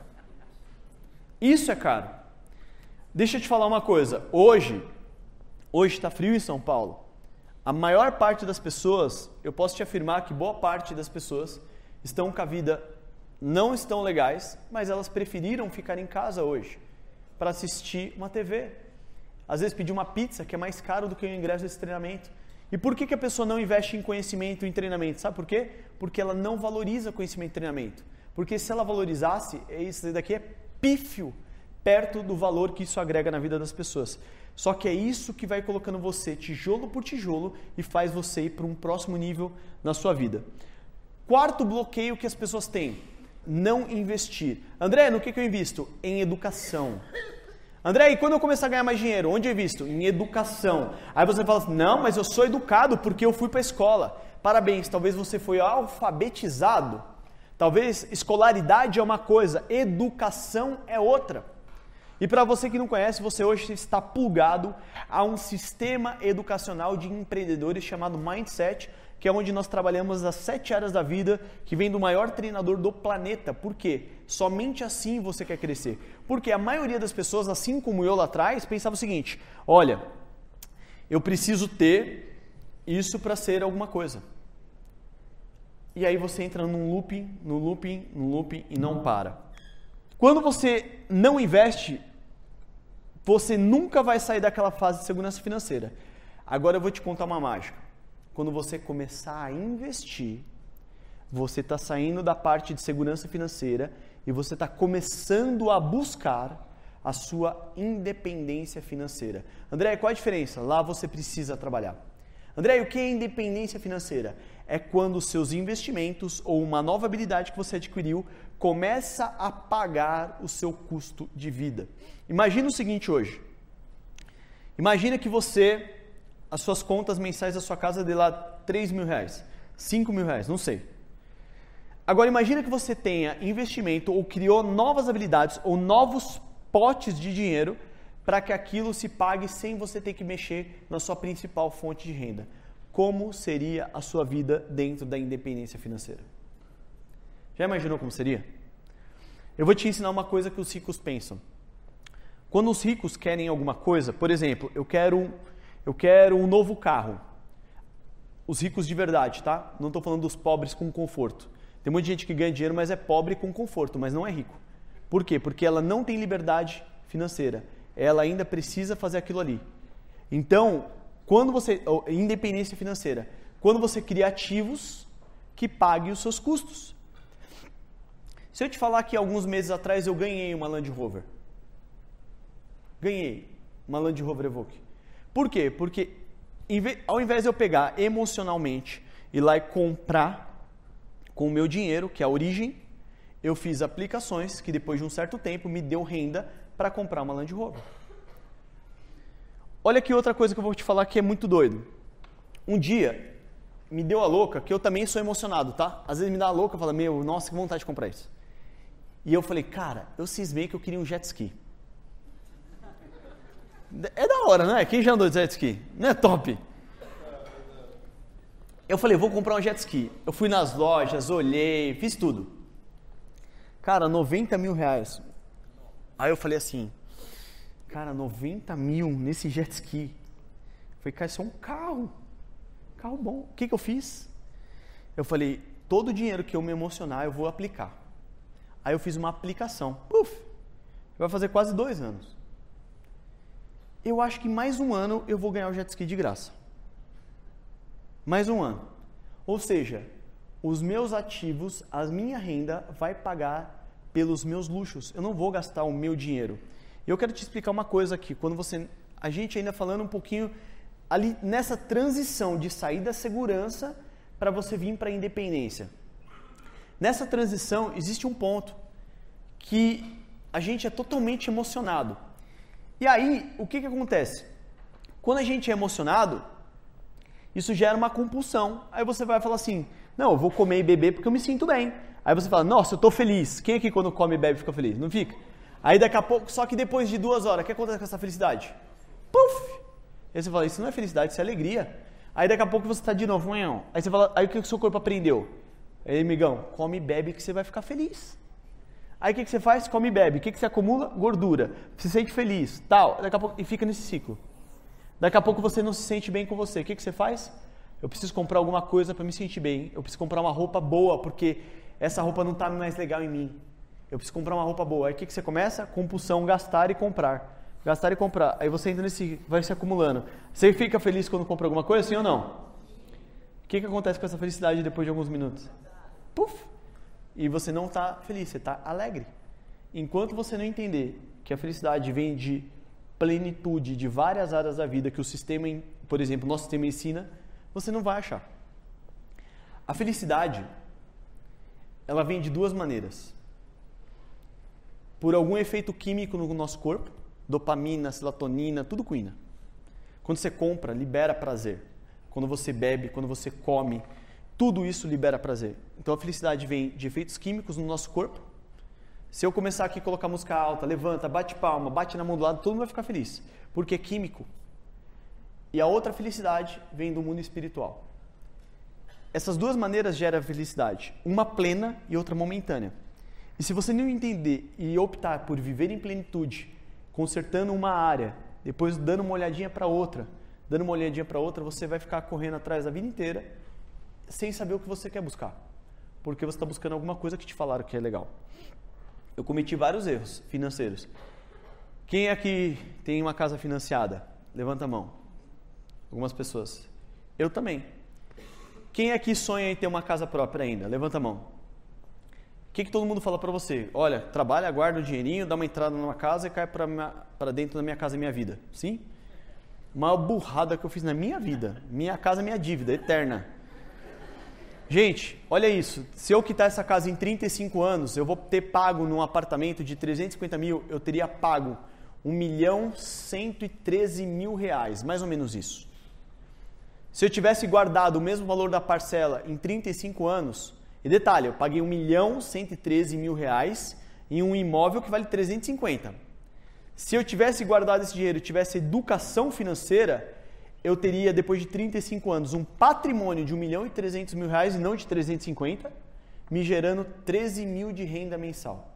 Isso é caro. Deixa eu te falar uma coisa. Hoje... Hoje está frio em São Paulo. A maior parte das pessoas, eu posso te afirmar que boa parte das pessoas estão com a vida, não estão legais, mas elas preferiram ficar em casa hoje para assistir uma T V. Às vezes pedir uma pizza, que é mais caro do que o ingresso desse treinamento. E por que, que a pessoa não investe em conhecimento e em treinamento? Sabe por quê? Porque ela não valoriza conhecimento e treinamento. Porque se ela valorizasse, isso daqui é pífio perto do valor que isso agrega na vida das pessoas. Só que é isso que vai colocando você tijolo por tijolo e faz você ir para um próximo nível na sua vida. Quarto bloqueio que as pessoas têm, não investir. André, no que, que eu invisto? Em educação. André, e quando eu começar a ganhar mais dinheiro, onde eu invisto? Em educação. Aí você fala assim, não, mas eu sou educado porque eu fui para a escola. Parabéns, talvez você foi alfabetizado. Talvez escolaridade é uma coisa, educação é outra. E para você que não conhece, você hoje está plugado a um sistema educacional de empreendedores chamado Mindset, que é onde nós trabalhamos as sete áreas da vida, que vem do maior treinador do planeta. Por quê? Somente assim você quer crescer. Porque a maioria das pessoas, assim como eu lá atrás, pensava o seguinte, olha, eu preciso ter isso para ser alguma coisa. E aí você entra num looping, no looping, no looping e não para. Quando você não investe, você nunca vai sair daquela fase de segurança financeira. Agora eu vou te contar uma mágica. Quando você começar a investir, você está saindo da parte de segurança financeira e você está começando a buscar a sua independência financeira. André, qual a diferença? Lá você precisa trabalhar. André, o que é independência financeira? É quando os seus investimentos ou uma nova habilidade que você adquiriu começa a pagar o seu custo de vida. Imagina o seguinte hoje. Imagina que você, as suas contas mensais da sua casa dê lá três mil reais, cinco mil reais, não sei. Agora imagina que você tenha investimento ou criou novas habilidades ou novos potes de dinheiro para que aquilo se pague sem você ter que mexer na sua principal fonte de renda. Como seria a sua vida dentro da independência financeira? Já imaginou como seria? Eu vou te ensinar uma coisa que os ricos pensam. Quando os ricos querem alguma coisa, por exemplo, eu quero, eu quero um novo carro. Os ricos de verdade, tá? Não estou falando dos pobres com conforto. Tem muita gente que ganha dinheiro, mas é pobre com conforto, mas não é rico. Por quê? Porque ela não tem liberdade financeira. Ela ainda precisa fazer aquilo ali. Então, quando você... Independência financeira. Quando você cria ativos que paguem os seus custos. Se eu te falar que alguns meses atrás eu ganhei uma Land Rover. Ganhei uma Land Rover Evoque. Por quê? Porque ao invés de eu pegar emocionalmente e ir lá e comprar com o meu dinheiro, que é a origem, eu fiz aplicações que depois de um certo tempo me deu renda para comprar uma Land Rover. Olha aqui outra coisa que eu vou te falar que é muito doido. Um dia me deu a louca, que eu também sou emocionado, tá? Às vezes me dá a louca, fala, meu, nossa, que vontade de comprar isso. E eu falei, cara, eu cismei que eu queria um jet ski. É da hora, não é? Quem já andou de jet ski? Não é top? Eu falei, vou comprar um jet ski. Eu fui nas lojas, olhei, fiz tudo. Cara, noventa mil reais. Aí eu falei assim, cara, noventa mil nesse jet ski. Eu falei, cara, isso é um carro. Carro bom. O que que eu fiz? Eu falei, todo o dinheiro que eu me emocionar, eu vou aplicar. Aí eu fiz uma aplicação. Puf! Vai fazer quase dois anos. Eu acho que mais um ano eu vou ganhar o jet ski de graça. Mais um ano. Ou seja, os meus ativos, a minha renda vai pagar pelos meus luxos. Eu não vou gastar o meu dinheiro. E eu quero te explicar uma coisa aqui. Quando você, a gente ainda falando um pouquinho ali nessa transição de sair da segurança para você vir para a independência. Nessa transição existe um ponto que a gente é totalmente emocionado. E aí, o que que acontece? Quando a gente é emocionado, isso gera uma compulsão. Aí você vai falar assim, não, eu vou comer e beber porque eu me sinto bem. Aí você fala, nossa, eu tô feliz. Quem aqui quando come e bebe fica feliz? Não fica? Aí daqui a pouco, só que depois de duas horas, o que acontece com essa felicidade? Puf! Aí você fala, isso não é felicidade, isso é alegria. Aí daqui a pouco você tá de novo, aí você fala, aí o que o seu corpo aprendeu? Aí, amigão, come e bebe que você vai ficar feliz. Aí o que, que você faz? Come e bebe. O que, que você acumula? Gordura. Você se sente feliz, tal. Daqui a pouco, e fica nesse ciclo. Daqui a pouco você não se sente bem com você. O que, que você faz? Eu preciso comprar alguma coisa para me sentir bem. Eu preciso comprar uma roupa boa, porque essa roupa não está mais legal em mim. Eu preciso comprar uma roupa boa. Aí o que, que você começa? Compulsão, gastar e comprar. Gastar e comprar. Aí você entra nesse, vai se acumulando. Você fica feliz quando compra alguma coisa, sim ou não? O que, que acontece com essa felicidade depois de alguns minutos? Puf! E você não está feliz, você está alegre. Enquanto você não entender que a felicidade vem de plenitude de várias áreas da vida que o sistema, por exemplo, o nosso sistema ensina, você não vai achar. A felicidade, ela vem de duas maneiras. Por algum efeito químico no nosso corpo, dopamina, serotonina, tudo cuina. Quando você compra, libera prazer. Quando você bebe, quando você come, tudo isso libera prazer. Então a felicidade vem de efeitos químicos no nosso corpo. Se eu começar aqui a colocar música alta, levanta, bate palma, bate na mão do lado, todo mundo vai ficar feliz. Porque é químico. E a outra felicidade vem do mundo espiritual. Essas duas maneiras geram felicidade. Uma plena e outra momentânea. E se você não entender e optar por viver em plenitude, consertando uma área, depois dando uma olhadinha para outra, dando uma olhadinha para outra, você vai ficar correndo atrás a vida inteira sem saber o que você quer buscar. Porque você está buscando alguma coisa que te falaram que é legal. Eu cometi vários erros financeiros. Quem aqui tem uma casa financiada? Levanta a mão. Algumas pessoas. Eu também. Quem aqui sonha em ter uma casa própria ainda? Levanta a mão. que, que todo mundo fala para você? Olha, trabalha, guarda o dinheirinho, dá uma entrada numa casa e cai para dentro da minha casa e minha vida. Sim? Maior burrada que eu fiz na minha vida. Minha casa é minha dívida, eterna. Gente, olha isso. Se eu quitar essa casa em trinta e cinco anos, eu vou ter pago num apartamento de trezentos e cinquenta mil, eu teria pago um milhão cento e treze mil reais, mais ou menos isso. Se eu tivesse guardado o mesmo valor da parcela em trinta e cinco anos, e detalhe, eu paguei um milhão cento e treze mil reais em um imóvel que vale trezentos e cinquenta. Se eu tivesse guardado esse dinheiro e tivesse educação financeira, eu teria, depois de trinta e cinco anos, um patrimônio de um milhão e trezentos mil reais e não de trezentos e cinquenta, me gerando treze mil de renda mensal.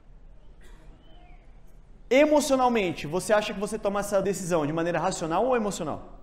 Emocionalmente, você acha que você toma essa decisão de maneira racional ou emocional?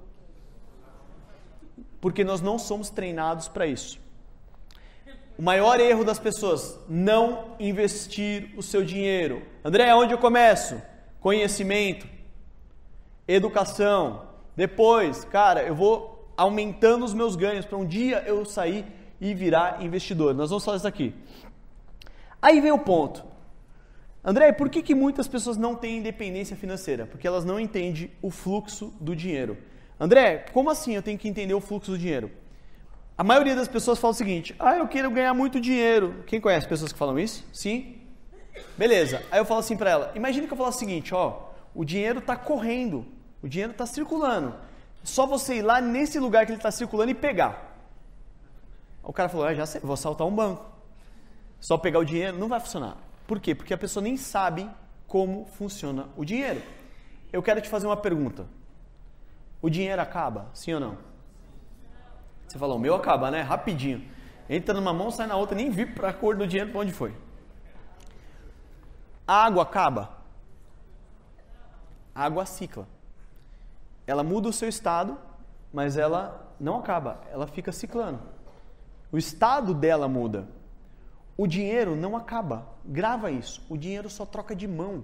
Porque nós não somos treinados para isso. O maior erro das pessoas, não investir o seu dinheiro. André, onde eu começo? Conhecimento, educação. Depois, cara, eu vou aumentando os meus ganhos para um dia eu sair e virar investidor. Nós vamos falar isso aqui. Aí vem o ponto. André, por que que muitas pessoas não têm independência financeira? Porque elas não entendem o fluxo do dinheiro. André, como assim eu tenho que entender o fluxo do dinheiro? A maioria das pessoas fala o seguinte, ah, eu quero ganhar muito dinheiro. Quem conhece pessoas que falam isso? Sim? Beleza. Aí eu falo assim para ela, imagina que eu falo o seguinte, ó, o dinheiro está correndo. O dinheiro está circulando. Só você ir lá nesse lugar que ele está circulando e pegar. O cara falou, ah, já sei, vou assaltar um banco. Só pegar o dinheiro não vai funcionar. Por quê? Porque a pessoa nem sabe como funciona o dinheiro. Eu quero te fazer uma pergunta. O dinheiro acaba? Sim ou não? Você falou, o meu acaba, né? Rapidinho. Entra numa mão, sai na outra, nem vi para a cor do dinheiro para onde foi. A água acaba? A água cicla. Ela muda o seu estado, mas ela não acaba, ela fica ciclando. O estado dela muda. O dinheiro não acaba. Grava isso. O dinheiro só troca de mão.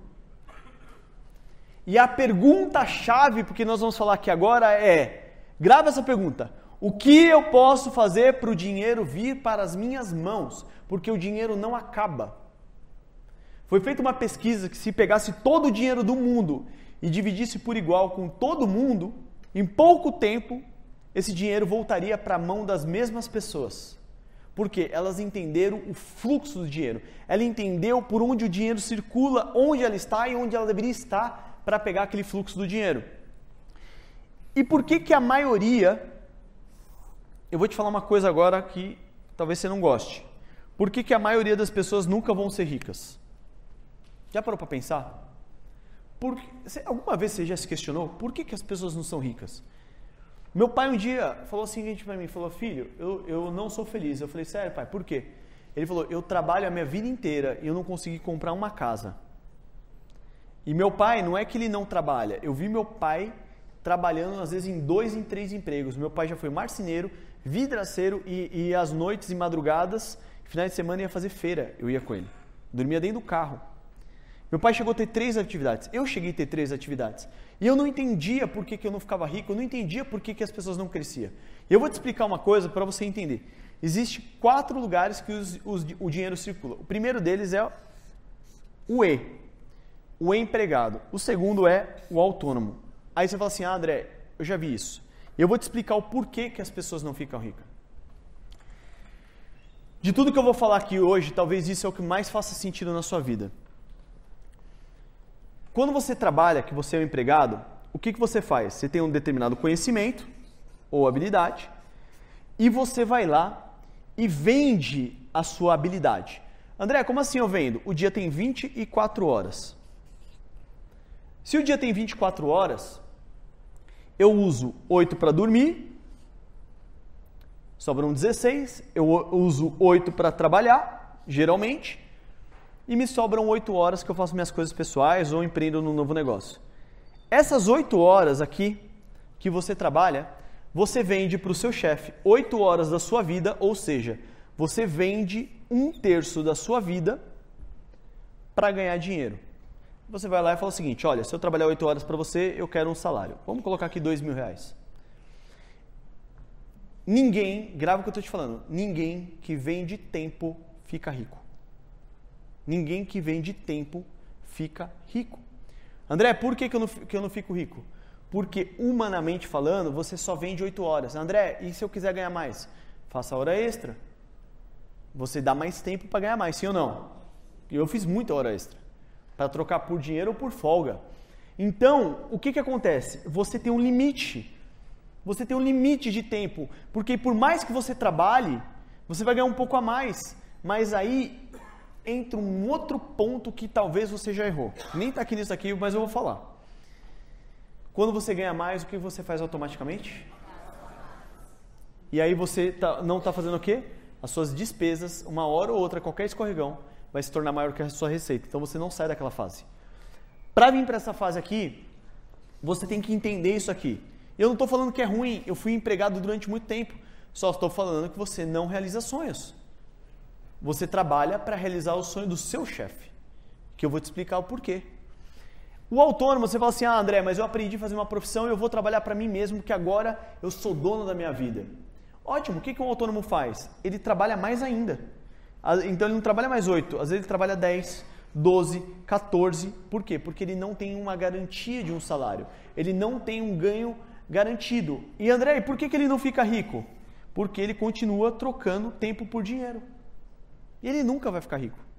E a pergunta-chave, porque nós vamos falar aqui agora, é... Grava essa pergunta. O que eu posso fazer para o dinheiro vir para as minhas mãos? Porque o dinheiro não acaba. Foi feita uma pesquisa que se pegasse todo o dinheiro do mundo e dividisse por igual com todo mundo, em pouco tempo, esse dinheiro voltaria para a mão das mesmas pessoas. Porque elas entenderam o fluxo do dinheiro. Ela entendeu por onde o dinheiro circula, onde ela está e onde ela deveria estar para pegar aquele fluxo do dinheiro. E por que que a maioria... Eu vou te falar uma coisa agora que talvez você não goste. Por que que a maioria das pessoas nunca vão ser ricas? Já parou para pensar? Por, alguma vez você já se questionou por que que as pessoas não são ricas? Meu pai um dia falou o seguinte para mim, falou, filho, eu, eu não sou feliz. Eu falei, sério pai, por quê? Ele falou, eu trabalho a minha vida inteira e eu não consegui comprar uma casa. E meu pai, não é que ele não trabalha, eu vi meu pai trabalhando às vezes em dois, em três empregos. Meu pai já foi marceneiro, vidraceiro e, e às noites e madrugadas, finais de semana ia fazer feira, eu ia com ele. Dormia dentro do carro. Meu pai chegou a ter três atividades, eu cheguei a ter três atividades. E eu não entendia por que que eu não ficava rico, eu não entendia por que que as pessoas não cresciam. E eu vou te explicar uma coisa para você entender. Existem quatro lugares que os, os, o dinheiro circula. O primeiro deles é o E, o empregado. O segundo é o autônomo. Aí você fala assim, ah, André, eu já vi isso. E eu vou te explicar o porquê que as pessoas não ficam ricas. De tudo que eu vou falar aqui hoje, talvez isso é o que mais faça sentido na sua vida. Quando você trabalha, que você é um empregado, o que que você faz? Você tem um determinado conhecimento ou habilidade e você vai lá e vende a sua habilidade. André, como assim eu vendo? O dia tem vinte e quatro horas. Se o dia tem vinte e quatro horas, eu uso oito para dormir, sobram dezesseis, eu uso oito para trabalhar, geralmente, e me sobram oito horas que eu faço minhas coisas pessoais ou empreendo num novo negócio. Essas oito horas aqui que você trabalha, você vende para o seu chefe oito horas da sua vida, ou seja, você vende um terço da sua vida para ganhar dinheiro. Você vai lá e fala o seguinte, olha, se eu trabalhar oito horas para você, eu quero um salário. Vamos colocar aqui dois mil reais. Ninguém, grava o que eu estou te falando, ninguém que vende tempo fica rico. Ninguém que vende tempo fica rico. André, por que, que, eu não, que eu não fico rico? Porque, humanamente falando, você só vende oito horas. André, e se eu quiser ganhar mais? Faça hora extra. Você dá mais tempo para ganhar mais, sim ou não? Eu fiz muita hora extra. Para trocar por dinheiro ou por folga. Então, o que, que acontece? Você tem um limite. Você tem um limite de tempo. Porque por mais que você trabalhe, você vai ganhar um pouco a mais. Mas aí entra um outro ponto que talvez você já errou. Nem está aqui nisso aqui, mas eu vou falar. Quando você ganha mais, o que você faz automaticamente? E aí você tá, não está fazendo o quê? As suas despesas, uma hora ou outra, qualquer escorregão, vai se tornar maior que a sua receita. Então você não sai daquela fase. Para vir para essa fase aqui, você tem que entender isso aqui. Eu não estou falando que é ruim, eu fui empregado durante muito tempo. Só estou falando que você não realiza sonhos. Você trabalha para realizar o sonho do seu chefe, que eu vou te explicar o porquê. O autônomo, você fala assim, ah André, mas eu aprendi a fazer uma profissão e eu vou trabalhar para mim mesmo, que agora eu sou dono da minha vida. Ótimo, o que, que um autônomo faz? Ele trabalha mais ainda. Então ele não trabalha mais oito, às vezes ele trabalha dez, doze, quatorze. Por quê? Porque ele não tem uma garantia de um salário. Ele não tem um ganho garantido. E André, por que, que ele não fica rico? Porque ele continua trocando tempo por dinheiro. E ele nunca vai ficar rico.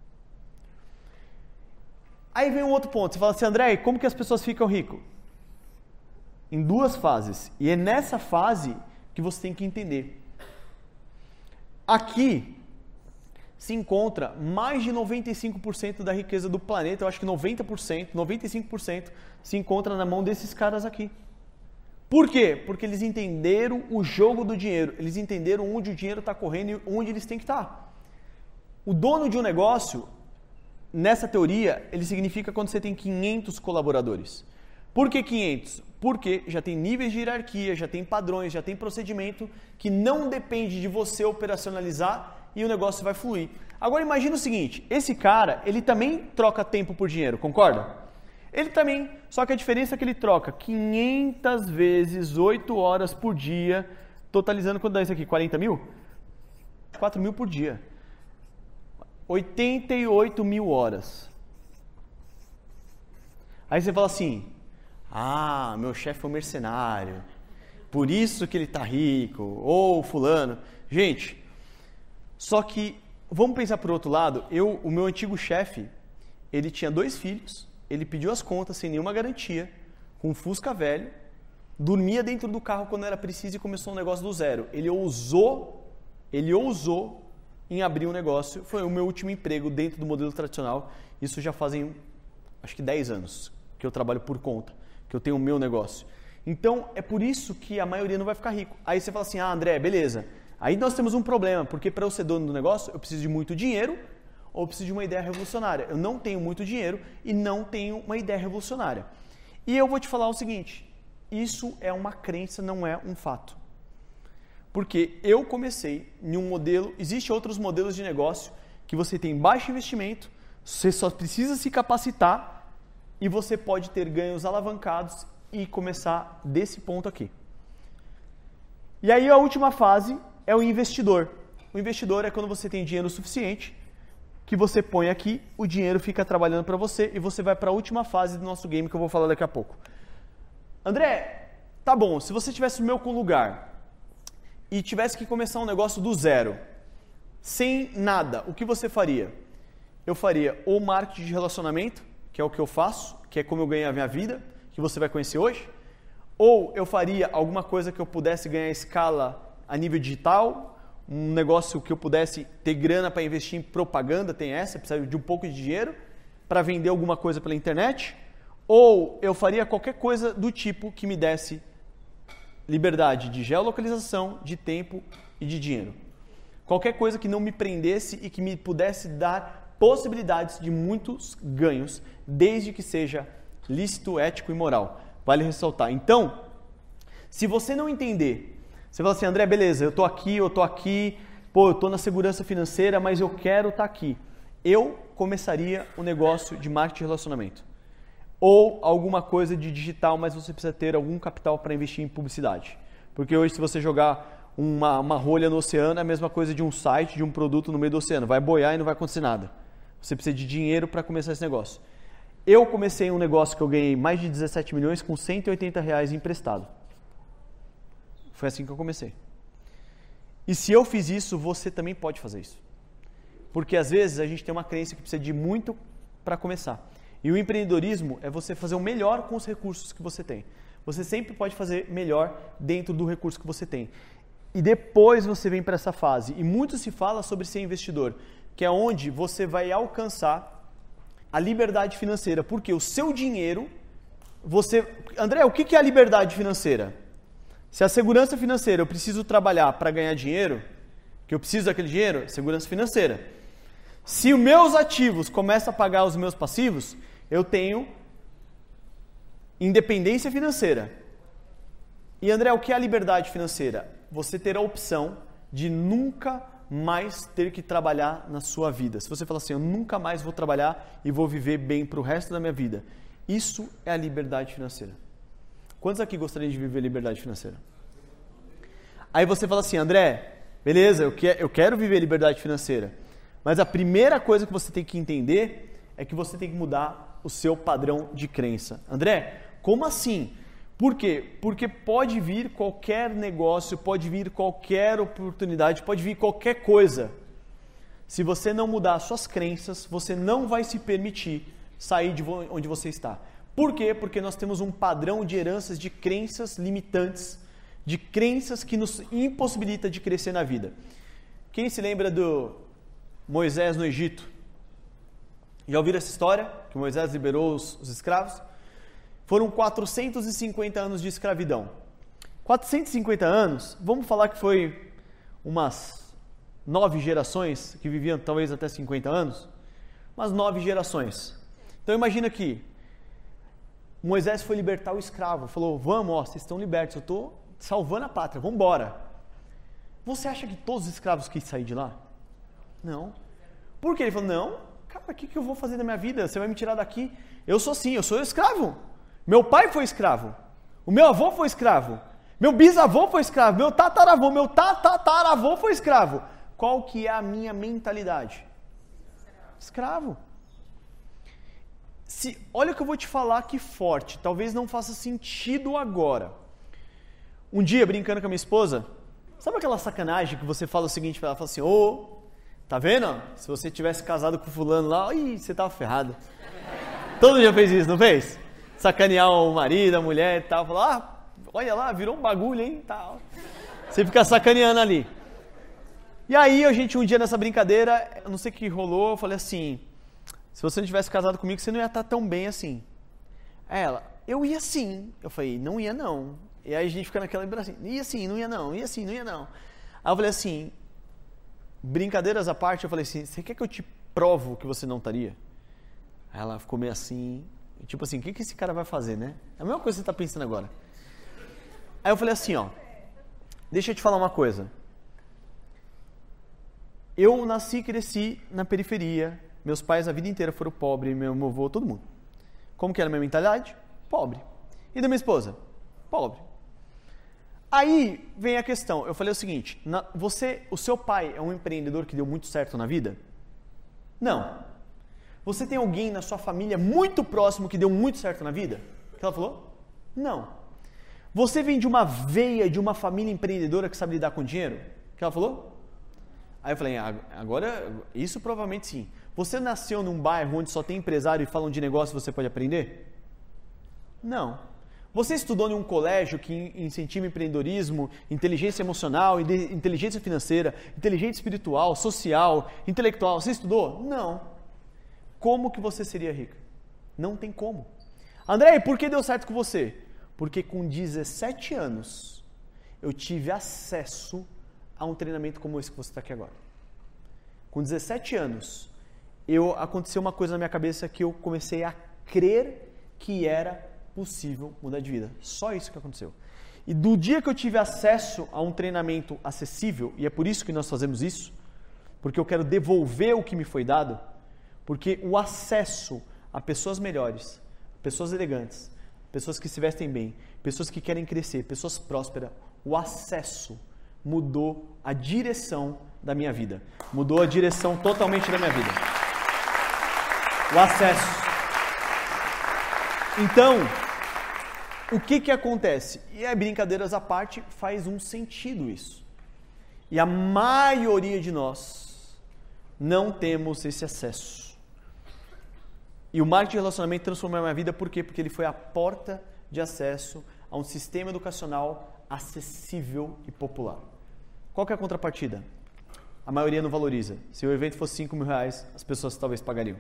Aí vem um outro ponto. Você fala assim, André, como que as pessoas ficam ricas? Em duas fases. E é nessa fase que você tem que entender. Aqui se encontra mais de noventa e cinco por cento da riqueza do planeta. Eu acho que noventa por cento, noventa e cinco por cento se encontra na mão desses caras aqui. Por quê? Porque eles entenderam o jogo do dinheiro. Eles entenderam onde o dinheiro está correndo e onde eles têm que estar. O dono de um negócio, nessa teoria, ele significa quando você tem quinhentos colaboradores. Por que quinhentos? Porque já tem níveis de hierarquia, já tem padrões, já tem procedimento que não depende de você operacionalizar e o negócio vai fluir. Agora imagina o seguinte, esse cara, ele também troca tempo por dinheiro, concorda? Ele também, só que a diferença é que ele troca quinhentas vezes oito horas por dia, totalizando quanto dá isso aqui? quarenta mil? quatro mil por dia. oitenta e oito mil horas. Aí você fala assim, ah, meu chefe é um mercenário, por isso que ele está rico, ou fulano. Gente, só que, vamos pensar por outro lado, eu, o meu antigo chefe, ele tinha dois filhos, ele pediu as contas sem nenhuma garantia, com um Fusca velho, dormia dentro do carro quando era preciso e começou um negócio do zero. Ele ousou, ele ousou em abrir um negócio, foi o meu último emprego dentro do modelo tradicional, isso já fazem, acho que dez anos, que eu trabalho por conta, que eu tenho o meu negócio. Então, é por isso que a maioria não vai ficar rico. Aí você fala assim, ah André, beleza, aí nós temos um problema, porque para eu ser dono do negócio, eu preciso de muito dinheiro, ou eu preciso de uma ideia revolucionária. Eu não tenho muito dinheiro e não tenho uma ideia revolucionária. E eu vou te falar o seguinte, isso é uma crença, não é um fato. Porque eu comecei em um modelo, existem outros modelos de negócio que você tem baixo investimento, você só precisa se capacitar e você pode ter ganhos alavancados e começar desse ponto aqui. E aí a última fase é o investidor. O investidor é quando você tem dinheiro suficiente, que você põe aqui, o dinheiro fica trabalhando para você e você vai para a última fase do nosso game que eu vou falar daqui a pouco. André, tá bom, se você estivesse no meu lugar e tivesse que começar um negócio do zero, sem nada, o que você faria? Eu faria ou marketing de relacionamento, que é o que eu faço, que é como eu ganhei a minha vida, que você vai conhecer hoje, ou eu faria alguma coisa que eu pudesse ganhar escala a nível digital, um negócio que eu pudesse ter grana para investir em propaganda, tem essa, precisa de um pouco de dinheiro para vender alguma coisa pela internet, ou eu faria qualquer coisa do tipo que me desse liberdade de geolocalização, de tempo e de dinheiro. Qualquer coisa que não me prendesse e que me pudesse dar possibilidades de muitos ganhos, desde que seja lícito, ético e moral. Vale ressaltar. Então, se você não entender, você fala assim, André, beleza, eu tô aqui, eu tô aqui, pô, eu tô na segurança financeira, mas eu quero estar aqui. Eu começaria um negócio de marketing de relacionamento. Ou alguma coisa de digital, mas você precisa ter algum capital para investir em publicidade. Porque hoje, se você jogar uma, uma rolha no oceano, é a mesma coisa de um site, de um produto no meio do oceano. Vai boiar e não vai acontecer nada. Você precisa de dinheiro para começar esse negócio. Eu comecei um negócio que eu ganhei mais de dezessete milhões com cento e oitenta reais emprestado. Foi assim que eu comecei. E se eu fiz isso, você também pode fazer isso. Porque às vezes a gente tem uma crença que precisa de muito para começar. E o empreendedorismo é você fazer o melhor com os recursos que você tem. Você sempre pode fazer melhor dentro do recurso que você tem. E depois você vem para essa fase. E muito se fala sobre ser investidor, que é onde você vai alcançar a liberdade financeira. Porque o seu dinheiro, você... André, o que é a liberdade financeira? Se a segurança financeira, eu preciso trabalhar para ganhar dinheiro, que eu preciso daquele dinheiro, segurança financeira. Se os meus ativos começam a pagar os meus passivos, eu tenho independência financeira. E André, o que é a liberdade financeira? Você ter a opção de nunca mais ter que trabalhar na sua vida. Se você falar assim, eu nunca mais vou trabalhar e vou viver bem para o resto da minha vida. Isso é a liberdade financeira. Quantos aqui gostariam de viver liberdade financeira? Aí você fala assim, André, beleza, eu, que, eu quero viver liberdade financeira. Mas a primeira coisa que você tem que entender é que você tem que mudar o seu padrão de crença. André, como assim? Por quê? Porque pode vir qualquer negócio, pode vir qualquer oportunidade, pode vir qualquer coisa. Se você não mudar as suas crenças, você não vai se permitir sair de onde você está. Por quê? Porque nós temos um padrão de heranças de crenças limitantes, de crenças que nos impossibilita de crescer na vida. Quem se lembra do Moisés no Egito? Já ouviram essa história? Que Moisés liberou os, os escravos? Foram quatrocentos e cinquenta anos de escravidão. quatrocentos e cinquenta anos, vamos falar que foi umas nove gerações, que viviam talvez até cinquenta anos, umas nove gerações. Então imagina que Moisés foi libertar o escravo, falou, vamos, ó, vocês estão libertos, eu estou salvando a pátria, vamos embora. Você acha que todos os escravos quis sair de lá? Não. Por quê? Ele falou, não, cara, o que, que eu vou fazer da minha vida? Você vai me tirar daqui? Eu sou assim, eu sou escravo. Meu pai foi escravo, o meu avô foi escravo, meu bisavô foi escravo, meu tataravô, meu tatataravô foi escravo. Qual que é a minha mentalidade? Escravo. Se, olha o que eu vou te falar aqui forte, talvez não faça sentido agora. Um dia, brincando com a minha esposa, sabe aquela sacanagem que você fala o seguinte para ela, fala assim, ô, oh, tá vendo? Se você tivesse casado com fulano lá, ih, você tava ferrado. Todo mundo já fez isso, não fez? Sacanear o marido, a mulher e tal, falar, ah, olha lá, virou um bagulho, hein, tal. Você fica sacaneando ali. E aí, a gente, um dia nessa brincadeira, eu não sei o que rolou, eu falei assim, se você não tivesse casado comigo, você não ia estar tão bem assim. Aí ela, eu ia sim. Eu falei, não ia não. E aí a gente fica naquela assim, ia sim, não ia não, ia sim, não ia não. Aí eu falei assim, brincadeiras à parte, eu falei assim, você quer que eu te provo que você não estaria? Aí ela ficou meio assim, tipo assim, o que, que esse cara vai fazer, né? É a mesma coisa que você está pensando agora. Aí eu falei assim, ó, deixa eu te falar uma coisa. Eu nasci e cresci na periferia, meus pais a vida inteira foram pobres, meu avô, todo mundo. Como que era a minha mentalidade? Pobre. E da minha esposa? Pobre. Aí vem a questão, eu falei o seguinte, na, você, o seu pai é um empreendedor que deu muito certo na vida? Não. Você tem alguém na sua família muito próximo que deu muito certo na vida? Que ela falou? Não. Você vem de uma veia de uma família empreendedora que sabe lidar com dinheiro? Que ela falou? Aí eu falei, agora, isso provavelmente sim. Você nasceu num bairro onde só tem empresário e falam de negócio e você pode aprender? Não. Você estudou em um colégio que incentiva empreendedorismo, inteligência emocional, inteligência financeira, inteligência espiritual, social, intelectual? Você estudou? Não. Como que você seria rica? Não tem como. André, e por que deu certo com você? Porque com dezessete anos eu tive acesso a um treinamento como esse que você está aqui agora. Com dezessete anos, eu, aconteceu uma coisa na minha cabeça que eu comecei a crer que era possível mudar de vida. Só isso que aconteceu. E do dia que eu tive acesso a um treinamento acessível, e é por isso que nós fazemos isso, porque eu quero devolver o que me foi dado, porque o acesso a pessoas melhores, pessoas elegantes, pessoas que se vestem bem, pessoas que querem crescer, pessoas prósperas, o acesso mudou a direção da minha vida. Mudou a direção totalmente da minha vida. O acesso. Então, o que que acontece? E é brincadeiras à parte, faz um sentido isso. E a maioria de nós não temos esse acesso. E o marketing de relacionamento transformou a minha vida, por quê? Porque ele foi a porta de acesso a um sistema educacional acessível e popular. Qual que é a contrapartida? A maioria não valoriza. Se o evento fosse cinco mil reais, as pessoas talvez pagariam.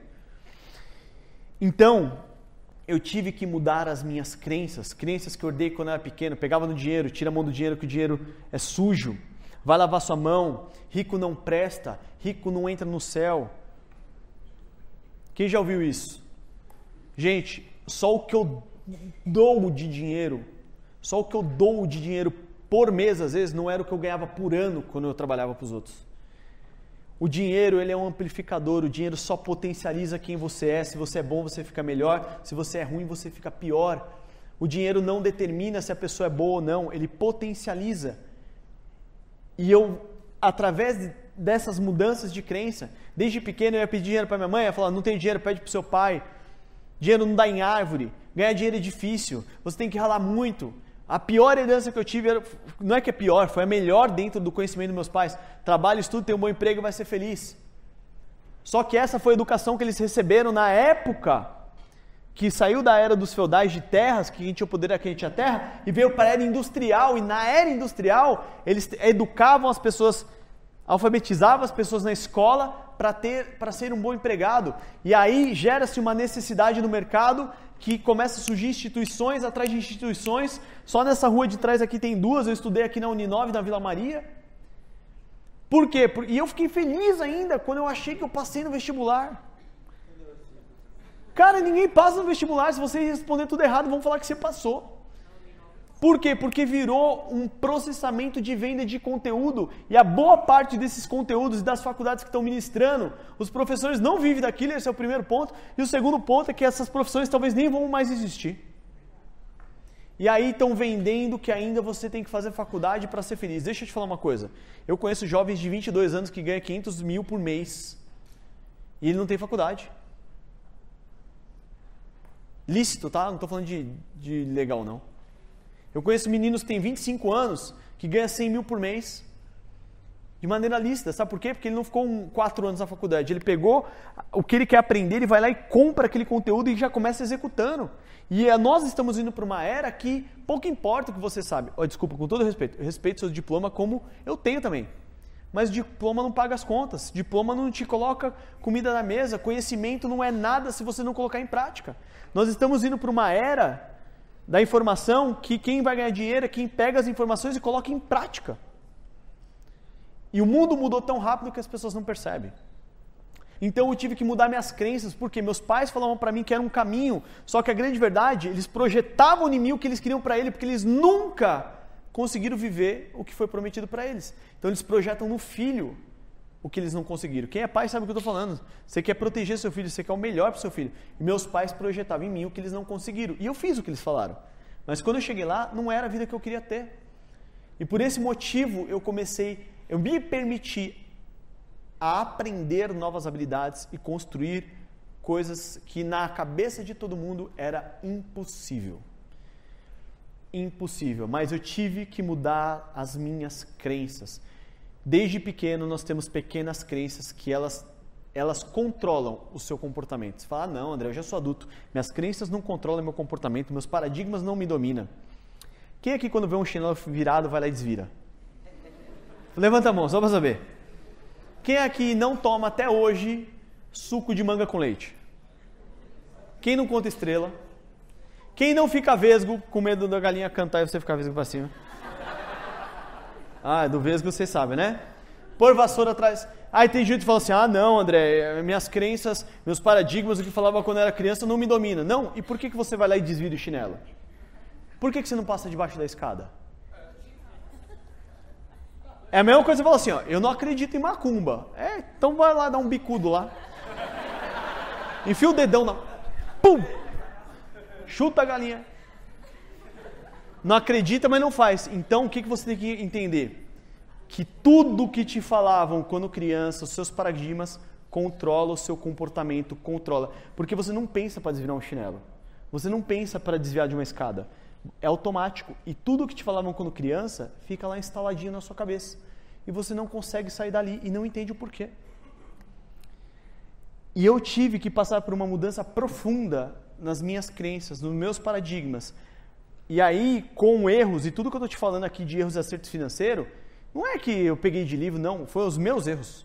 Então, eu tive que mudar as minhas crenças, crenças que eu herdei quando eu era pequeno, pegava no dinheiro, tira a mão do dinheiro que o dinheiro é sujo, vai lavar sua mão, rico não presta, rico não entra no céu. Quem já ouviu isso? Gente, só o que eu dou de dinheiro, só o que eu dou de dinheiro por mês, às vezes, não era o que eu ganhava por ano quando eu trabalhava para os outros. O dinheiro, ele é um amplificador, o dinheiro só potencializa quem você é. Se você é bom, você fica melhor. Se você é ruim, você fica pior. O dinheiro não determina se a pessoa é boa ou não, ele potencializa. E eu, através dessas mudanças de crença, desde pequeno eu ia pedir dinheiro para minha mãe, eu ia falar, não tem dinheiro, pede para o seu pai. Dinheiro não dá em árvore, ganhar dinheiro é difícil, você tem que ralar muito. A pior herança que eu tive, era, não é que é pior, foi a melhor dentro do conhecimento dos meus pais. Trabalho, estudo, tem um bom emprego e vai ser feliz. Só que essa foi a educação que eles receberam na época que saiu da era dos feudais de terras, que a gente tinha o poder, que a gente tinha terra, e veio para a era industrial. E na era industrial, eles educavam as pessoas, alfabetizavam as pessoas na escola para ter, para ser um bom empregado. E aí gera-se uma necessidade no mercado que começa a surgir instituições atrás de instituições. Só nessa rua de trás aqui tem duas, eu estudei aqui na Uninove, na Vila Maria. Por quê? E eu fiquei feliz ainda quando eu achei que eu passei no vestibular. Cara, ninguém passa no vestibular, se você responder tudo errado, vão falar que você passou. Por quê? Porque virou um processamento de venda de conteúdo, e a boa parte desses conteúdos e das faculdades que estão ministrando, os professores não vivem daquilo, esse é o primeiro ponto, e o segundo ponto é que essas profissões talvez nem vão mais existir. E aí estão vendendo que ainda você tem que fazer faculdade para ser feliz. Deixa eu te falar uma coisa, eu conheço jovens de vinte e dois anos que ganham quinhentos mil por mês, e ele não tem faculdade. Lícito, tá? Não estou falando de, de legal não. Eu conheço meninos que têm vinte e cinco anos, que ganham cem mil por mês, de maneira lícita. Sabe por quê? Porque ele não ficou um, quatro anos na faculdade. Ele pegou o que ele quer aprender, ele vai lá e compra aquele conteúdo e já começa executando. E nós estamos indo para uma era que pouco importa o que você sabe. Oh, desculpa, com todo respeito. Eu respeito seu diploma como eu tenho também. Mas diploma não paga as contas. Diploma não te coloca comida na mesa. Conhecimento não é nada se você não colocar em prática. Nós estamos indo para uma era da informação que quem vai ganhar dinheiro é quem pega as informações e coloca em prática. E o mundo mudou tão rápido que as pessoas não percebem. Então eu tive que mudar minhas crenças, porque meus pais falavam para mim que era um caminho, só que a grande verdade, eles projetavam em mim o que eles queriam para ele, porque eles nunca conseguiram viver o que foi prometido para eles. Então eles projetam no filho o que eles não conseguiram. Quem é pai sabe o que eu estou falando. Você quer proteger seu filho, você quer o melhor para o seu filho. E meus pais projetavam em mim o que eles não conseguiram. E eu fiz o que eles falaram. Mas quando eu cheguei lá, não era a vida que eu queria ter. E por esse motivo eu comecei, eu me permiti a aprender novas habilidades e construir coisas que na cabeça de todo mundo era impossível. Impossível. Mas eu tive que mudar as minhas crenças. Desde pequeno nós temos pequenas crenças que elas, elas controlam o seu comportamento. Você fala, ah, não, André, eu já sou adulto, minhas crenças não controlam meu comportamento, meus paradigmas não me dominam. Quem aqui quando vê um chinelo virado vai lá e desvira? Levanta a mão, só para saber. Quem aqui não toma até hoje suco de manga com leite? Quem não conta estrela? Quem não fica vesgo com medo da galinha cantar e você ficar vesgo para cima? Ah, do vesgo vocês sabem, né? Pôr vassoura atrás. Aí tem gente que fala assim, ah não, André, minhas crenças, meus paradigmas, o que eu falava quando eu era criança não me domina. Não, e por que, que você vai lá e desvira o chinelo? Por que, que você não passa debaixo da escada? É a mesma coisa que você fala assim, ó, eu não acredito em macumba. É, então vai lá dar um bicudo lá. Enfia o dedão na... Pum! Chuta a galinha. Não acredita, mas não faz. Então, o que você tem que entender? Que tudo que te falavam quando criança, os seus paradigmas, controla o seu comportamento, controla. Porque você não pensa para desviar um chinelo. Você não pensa para desviar de uma escada. É automático. E tudo que te falavam quando criança fica lá instaladinho na sua cabeça. E você não consegue sair dali e não entende o porquê. E eu tive que passar por uma mudança profunda nas minhas crenças, nos meus paradigmas. E aí, com erros, e tudo que eu estou te falando aqui de erros e acertos financeiros, não é que eu peguei de livro, não, foi os meus erros.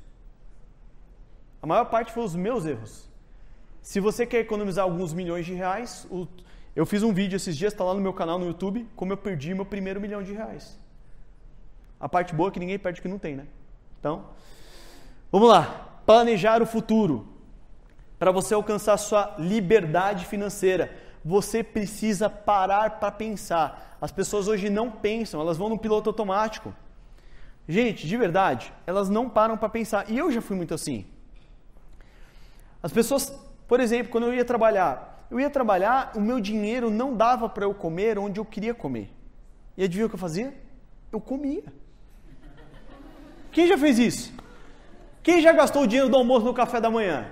A maior parte foi os meus erros. Se você quer economizar alguns milhões de reais, o, eu fiz um vídeo esses dias, está lá no meu canal no YouTube, como eu perdi meu primeiro milhão de reais. A parte boa é que ninguém perde o que não tem, né? Então, vamos lá. Planejar o futuro. Para você alcançar a sua liberdade financeira, você precisa parar para pensar. As pessoas hoje não pensam, elas vão no piloto automático. Gente, de verdade, elas não param para pensar. E eu já fui muito assim. As pessoas, por exemplo, quando eu ia trabalhar, eu ia trabalhar, o meu dinheiro não dava para eu comer onde eu queria comer. E adivinha o que eu fazia? Eu comia. Quem já fez isso? Quem já gastou o dinheiro do almoço no café da manhã?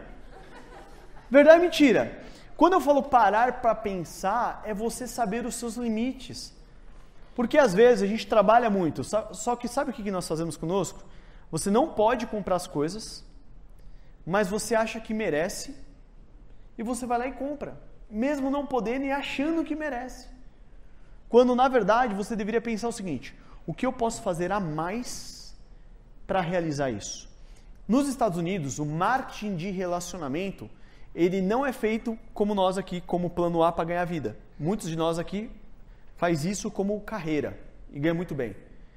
Verdade ou mentira? Quando eu falo parar para pensar, é você saber os seus limites. Porque às vezes a gente trabalha muito, só que sabe o que nós fazemos conosco? Você não pode comprar as coisas, mas você acha que merece e você vai lá e compra, mesmo não podendo e achando que merece. Quando na verdade você deveria pensar o seguinte: o que eu posso fazer a mais para realizar isso? Nos Estados Unidos, o marketing de relacionamento, ele não é feito como nós aqui, como plano A para ganhar vida. Muitos de nós aqui faz isso como carreira e ganha muito bem.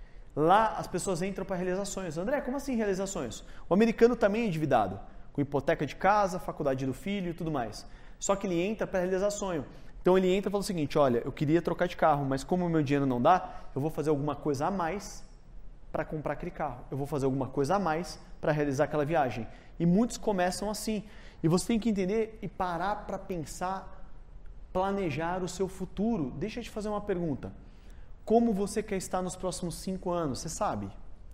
Lá as pessoas entram para realizações. André, como assim realizações? O americano também é endividado, com hipoteca de casa, faculdade do filho e tudo mais. Só que ele entra para realizar sonho. Então ele entra e fala o seguinte: olha, eu queria trocar de carro, mas como o meu dinheiro não dá, eu vou fazer alguma coisa a mais para comprar aquele carro. Eu vou fazer alguma coisa a mais para realizar aquela viagem. E muitos começam assim. E você tem que entender e parar para pensar, planejar o seu futuro. Deixa eu te fazer uma pergunta. Como você quer estar nos próximos cinco anos? Você sabe?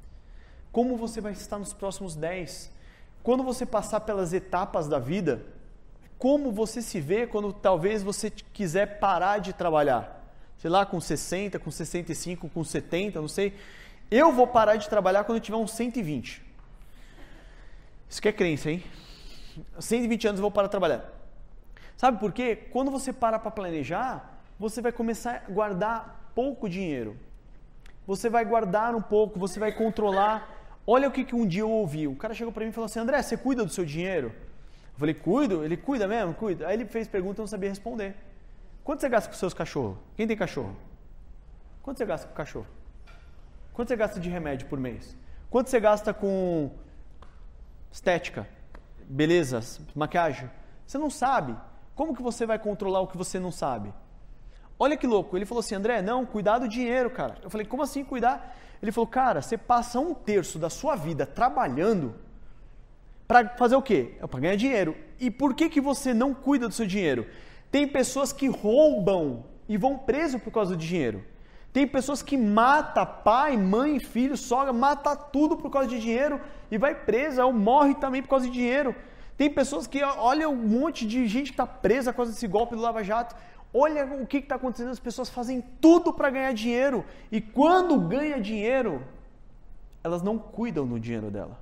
Como você vai estar nos próximos dez? Quando você passar pelas etapas da vida, como você se vê quando talvez você quiser parar de trabalhar? Sei lá, com sessenta, com sessenta e cinco, com setenta, não sei. Eu vou parar de trabalhar quando eu tiver uns cento e vinte. Isso que é crença, hein? cento e vinte anos eu vou parar de trabalhar. Sabe por quê? Quando você para para planejar, você vai começar a guardar pouco dinheiro. Você vai guardar um pouco, você vai controlar. Olha o que, que um dia eu ouvi. O cara chegou para mim e falou assim: André, você cuida do seu dinheiro? Eu falei: cuido? Ele cuida mesmo? Cuida. Aí ele fez pergunta e eu não sabia responder. Quanto você gasta com seus cachorros? Quem tem cachorro? Quanto você gasta com cachorro? Quanto você gasta de remédio por mês? Quanto você gasta com estética? Beleza, maquiagem? Você não sabe. Como que você vai controlar o que você não sabe? Olha que louco. Ele falou assim: André, não, cuidar do dinheiro, cara. Eu falei: como assim cuidar? Ele falou: cara, você passa um terço da sua vida trabalhando para fazer o quê? É para ganhar dinheiro. E por que que você não cuida do seu dinheiro? Tem pessoas que roubam e vão preso por causa do dinheiro. Tem pessoas que matam pai, mãe, filho, sogra, mata tudo por causa de dinheiro e vai presa ou morre também por causa de dinheiro. Tem pessoas que, olha um monte de gente que está presa por causa desse golpe do Lava Jato. Olha o que está acontecendo, as pessoas fazem tudo para ganhar dinheiro e quando ganha dinheiro, elas não cuidam do dinheiro dela.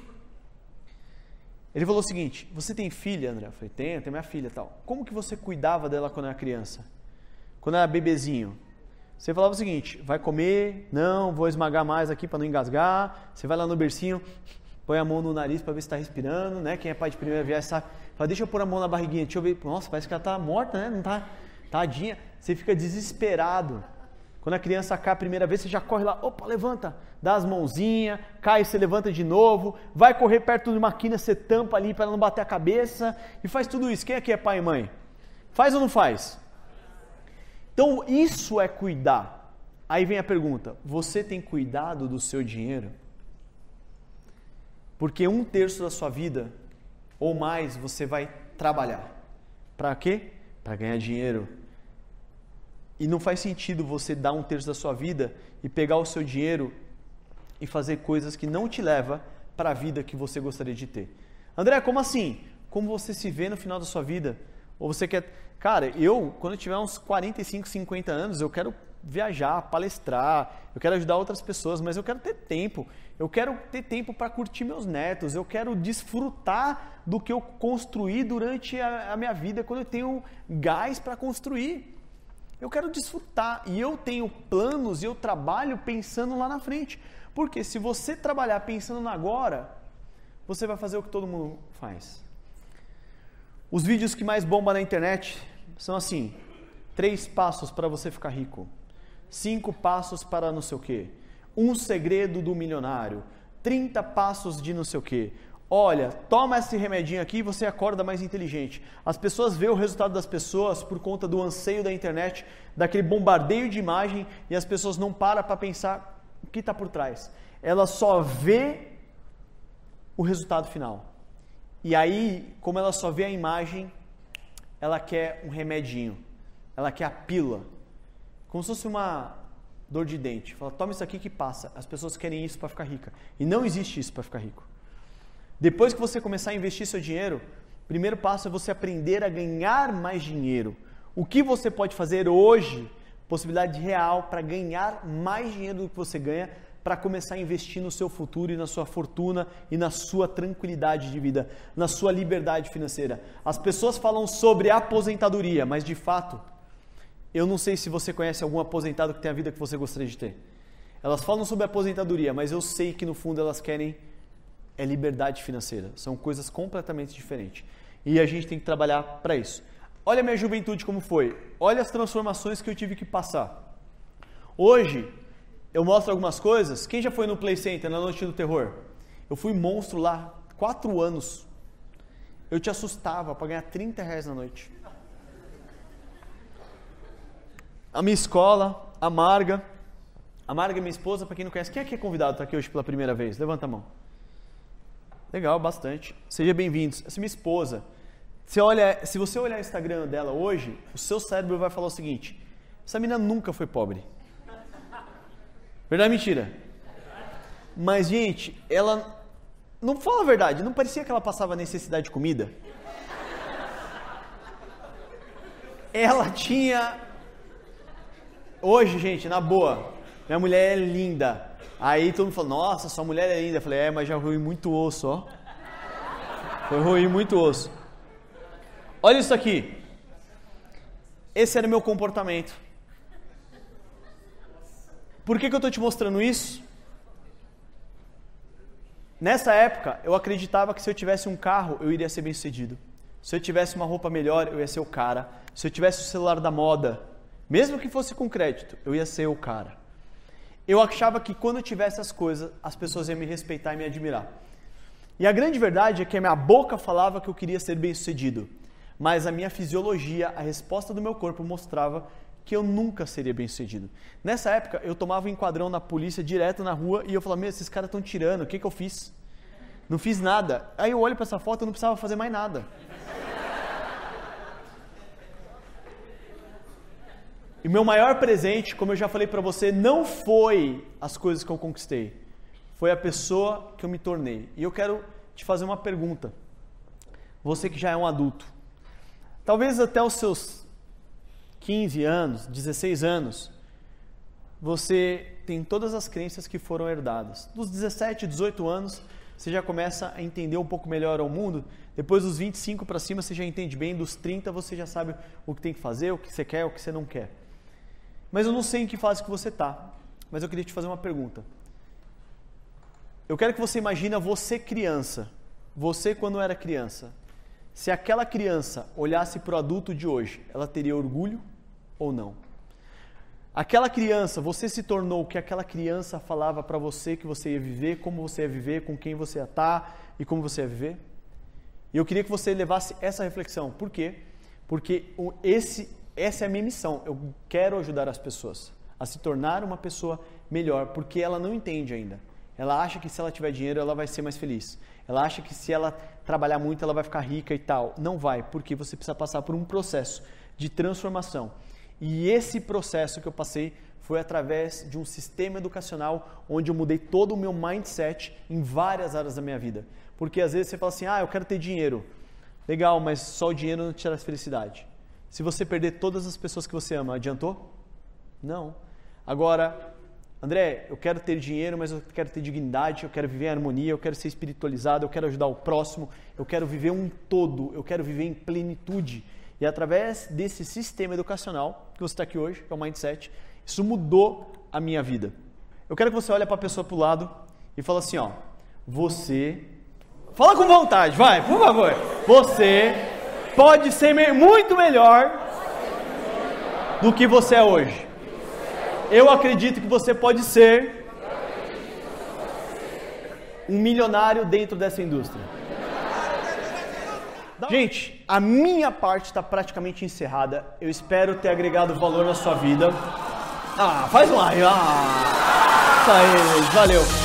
Ele falou o seguinte: você tem filha, André? Eu falei: tenho, tenho minha filha e tal. Como que você cuidava dela quando era criança? Quando era bebezinho? Você falava o seguinte: vai comer, não, vou esmagar mais aqui para não engasgar. Você vai lá no bercinho, põe a mão no nariz para ver se está respirando, né? Quem é pai de primeira viagem sabe. Fala: deixa eu pôr a mão na barriguinha, deixa eu ver. Nossa, parece que ela está morta, né? Não está, tadinha. Você fica desesperado. Quando a criança cai a primeira vez, você já corre lá, opa, levanta, dá as mãozinhas, cai, você levanta de novo, vai correr perto de uma quina, você tampa ali para não bater a cabeça e faz tudo isso. Quem aqui é pai e mãe? Faz ou não faz? Então, isso é cuidar. Aí vem a pergunta: você tem cuidado do seu dinheiro? Porque um terço da sua vida, ou mais, você vai trabalhar. Para quê? Para ganhar dinheiro. E não faz sentido você dar um terço da sua vida e pegar o seu dinheiro e fazer coisas que não te levam para a vida que você gostaria de ter. André, como assim? Como você se vê no final da sua vida? Ou você quer... Cara, eu, quando eu tiver uns quarenta e cinco, cinquenta anos, eu quero viajar, palestrar, eu quero ajudar outras pessoas, mas eu quero ter tempo. Eu quero ter tempo para curtir meus netos, eu quero desfrutar do que eu construí durante a, a minha vida, quando eu tenho gás para construir. Eu quero desfrutar e eu tenho planos e eu trabalho pensando lá na frente. Porque se você trabalhar pensando no agora, você vai fazer o que todo mundo faz. Os vídeos que mais bombam na internet são assim: três passos para você ficar rico, cinco passos para não sei o quê, um segredo do milionário, trinta passos de não sei o quê. Olha, toma esse remedinho aqui e você acorda mais inteligente. As pessoas veem o resultado das pessoas por conta do anseio da internet, daquele bombardeio de imagem, e as pessoas não param para pensar o que está por trás. Ela só vê o resultado final. E aí, como ela só vê a imagem, ela quer um remedinho, ela quer a pílula, como se fosse uma dor de dente. Fala, toma isso aqui que passa. As pessoas querem isso para ficar rica. E não existe isso para ficar rico. Depois que você começar a investir seu dinheiro, o primeiro passo é você aprender a ganhar mais dinheiro. O que você pode fazer hoje, possibilidade real para ganhar mais dinheiro do que você ganha, para começar a investir no seu futuro e na sua fortuna e na sua tranquilidade de vida, na sua liberdade financeira. As pessoas falam sobre aposentadoria, mas de fato, eu não sei se você conhece algum aposentado que tem a vida que você gostaria de ter. Elas falam sobre aposentadoria, mas eu sei que no fundo elas querem é liberdade financeira. São coisas completamente diferentes. E a gente tem que trabalhar para isso. Olha a minha juventude como foi. Olha as transformações que eu tive que passar. Hoje, eu mostro algumas coisas. Quem já foi no Play Center, na Noite do Terror? Eu fui monstro lá, quatro anos. Eu te assustava para ganhar trinta reais na noite. A minha escola, a Marga. A Marga é minha esposa, para quem não conhece. Quem é que é convidado está aqui hoje pela primeira vez? Levanta a mão. Legal, bastante. Seja bem-vindos. Essa é minha esposa. Você olha, se você olhar o Instagram dela hoje, o seu cérebro vai falar o seguinte: essa menina nunca foi pobre. Verdade ou mentira? Mas, gente, ela... Não fala a verdade, não parecia que ela passava necessidade de comida? Ela tinha... Hoje, gente, na boa, minha mulher é linda. Aí todo mundo falou, nossa, sua mulher é linda. Eu falei, é, mas já ruí muito osso, ó. Foi ruim muito osso. Olha isso aqui. Esse era o meu comportamento. Por que que eu estou te mostrando isso? Nessa época, eu acreditava que se eu tivesse um carro, eu iria ser bem sucedido. Se eu tivesse uma roupa melhor, eu ia ser o cara. Se eu tivesse o celular da moda, mesmo que fosse com crédito, eu ia ser o cara. Eu achava que quando eu tivesse as coisas, as pessoas iam me respeitar e me admirar. E a grande verdade é que a minha boca falava que eu queria ser bem sucedido, mas a minha fisiologia, a resposta do meu corpo mostrava que eu nunca seria bem sucedido. Nessa época, eu tomava um enquadrão na polícia direto na rua e eu falava, meu, esses caras estão tirando, o que que eu fiz? Não fiz nada. Aí eu olho para essa foto e não precisava fazer mais nada. E meu maior presente, como eu já falei para você, não foi as coisas que eu conquistei. Foi a pessoa que eu me tornei. E eu quero te fazer uma pergunta. Você que já é um adulto. Talvez até os seus quinze anos, dezesseis anos, você tem todas as crenças que foram herdadas. Dos dezessete, dezoito anos, você já começa a entender um pouco melhor o mundo. Depois dos vinte e cinco para cima, você já entende bem. Dos trinta, você já sabe o que tem que fazer, o que você quer, o que você não quer. Mas eu não sei em que fase que você está, mas eu queria te fazer uma pergunta. Eu quero que você imagine você criança, você quando era criança. Se aquela criança olhasse para o adulto de hoje, ela teria orgulho ou não? Aquela criança, você se tornou o que aquela criança falava para você que você ia viver, como você ia viver, com quem você ia estar e como você ia viver? E eu queria que você levasse essa reflexão. Por quê? Porque esse... Essa é a minha missão. Eu quero ajudar as pessoas a se tornar uma pessoa melhor, porque ela não entende ainda. Ela acha que se ela tiver dinheiro, ela vai ser mais feliz. Ela acha que se ela trabalhar muito, ela vai ficar rica e tal. Não vai, porque você precisa passar por um processo de transformação. E esse processo que eu passei foi através de um sistema educacional onde eu mudei todo o meu mindset em várias áreas da minha vida. Porque às vezes você fala assim, ah, eu quero ter dinheiro. Legal, mas só o dinheiro não te traz felicidade. Se você perder todas as pessoas que você ama, adiantou? Não. Agora, André, eu quero ter dinheiro, mas eu quero ter dignidade, eu quero viver em harmonia, eu quero ser espiritualizado, eu quero ajudar o próximo, eu quero viver um todo, eu quero viver em plenitude. E através desse sistema educacional que você está aqui hoje, que é o Mindset, isso mudou a minha vida. Eu quero que você olhe para a pessoa para o lado e fale assim, ó, você... Fala com vontade, vai, por favor. Você pode ser muito melhor do que você é hoje. Eu acredito que você pode ser um milionário dentro dessa indústria. Gente, a minha parte está praticamente encerrada. Eu espero ter agregado valor na sua vida. Ah, faz um like. Ah, isso aí, valeu.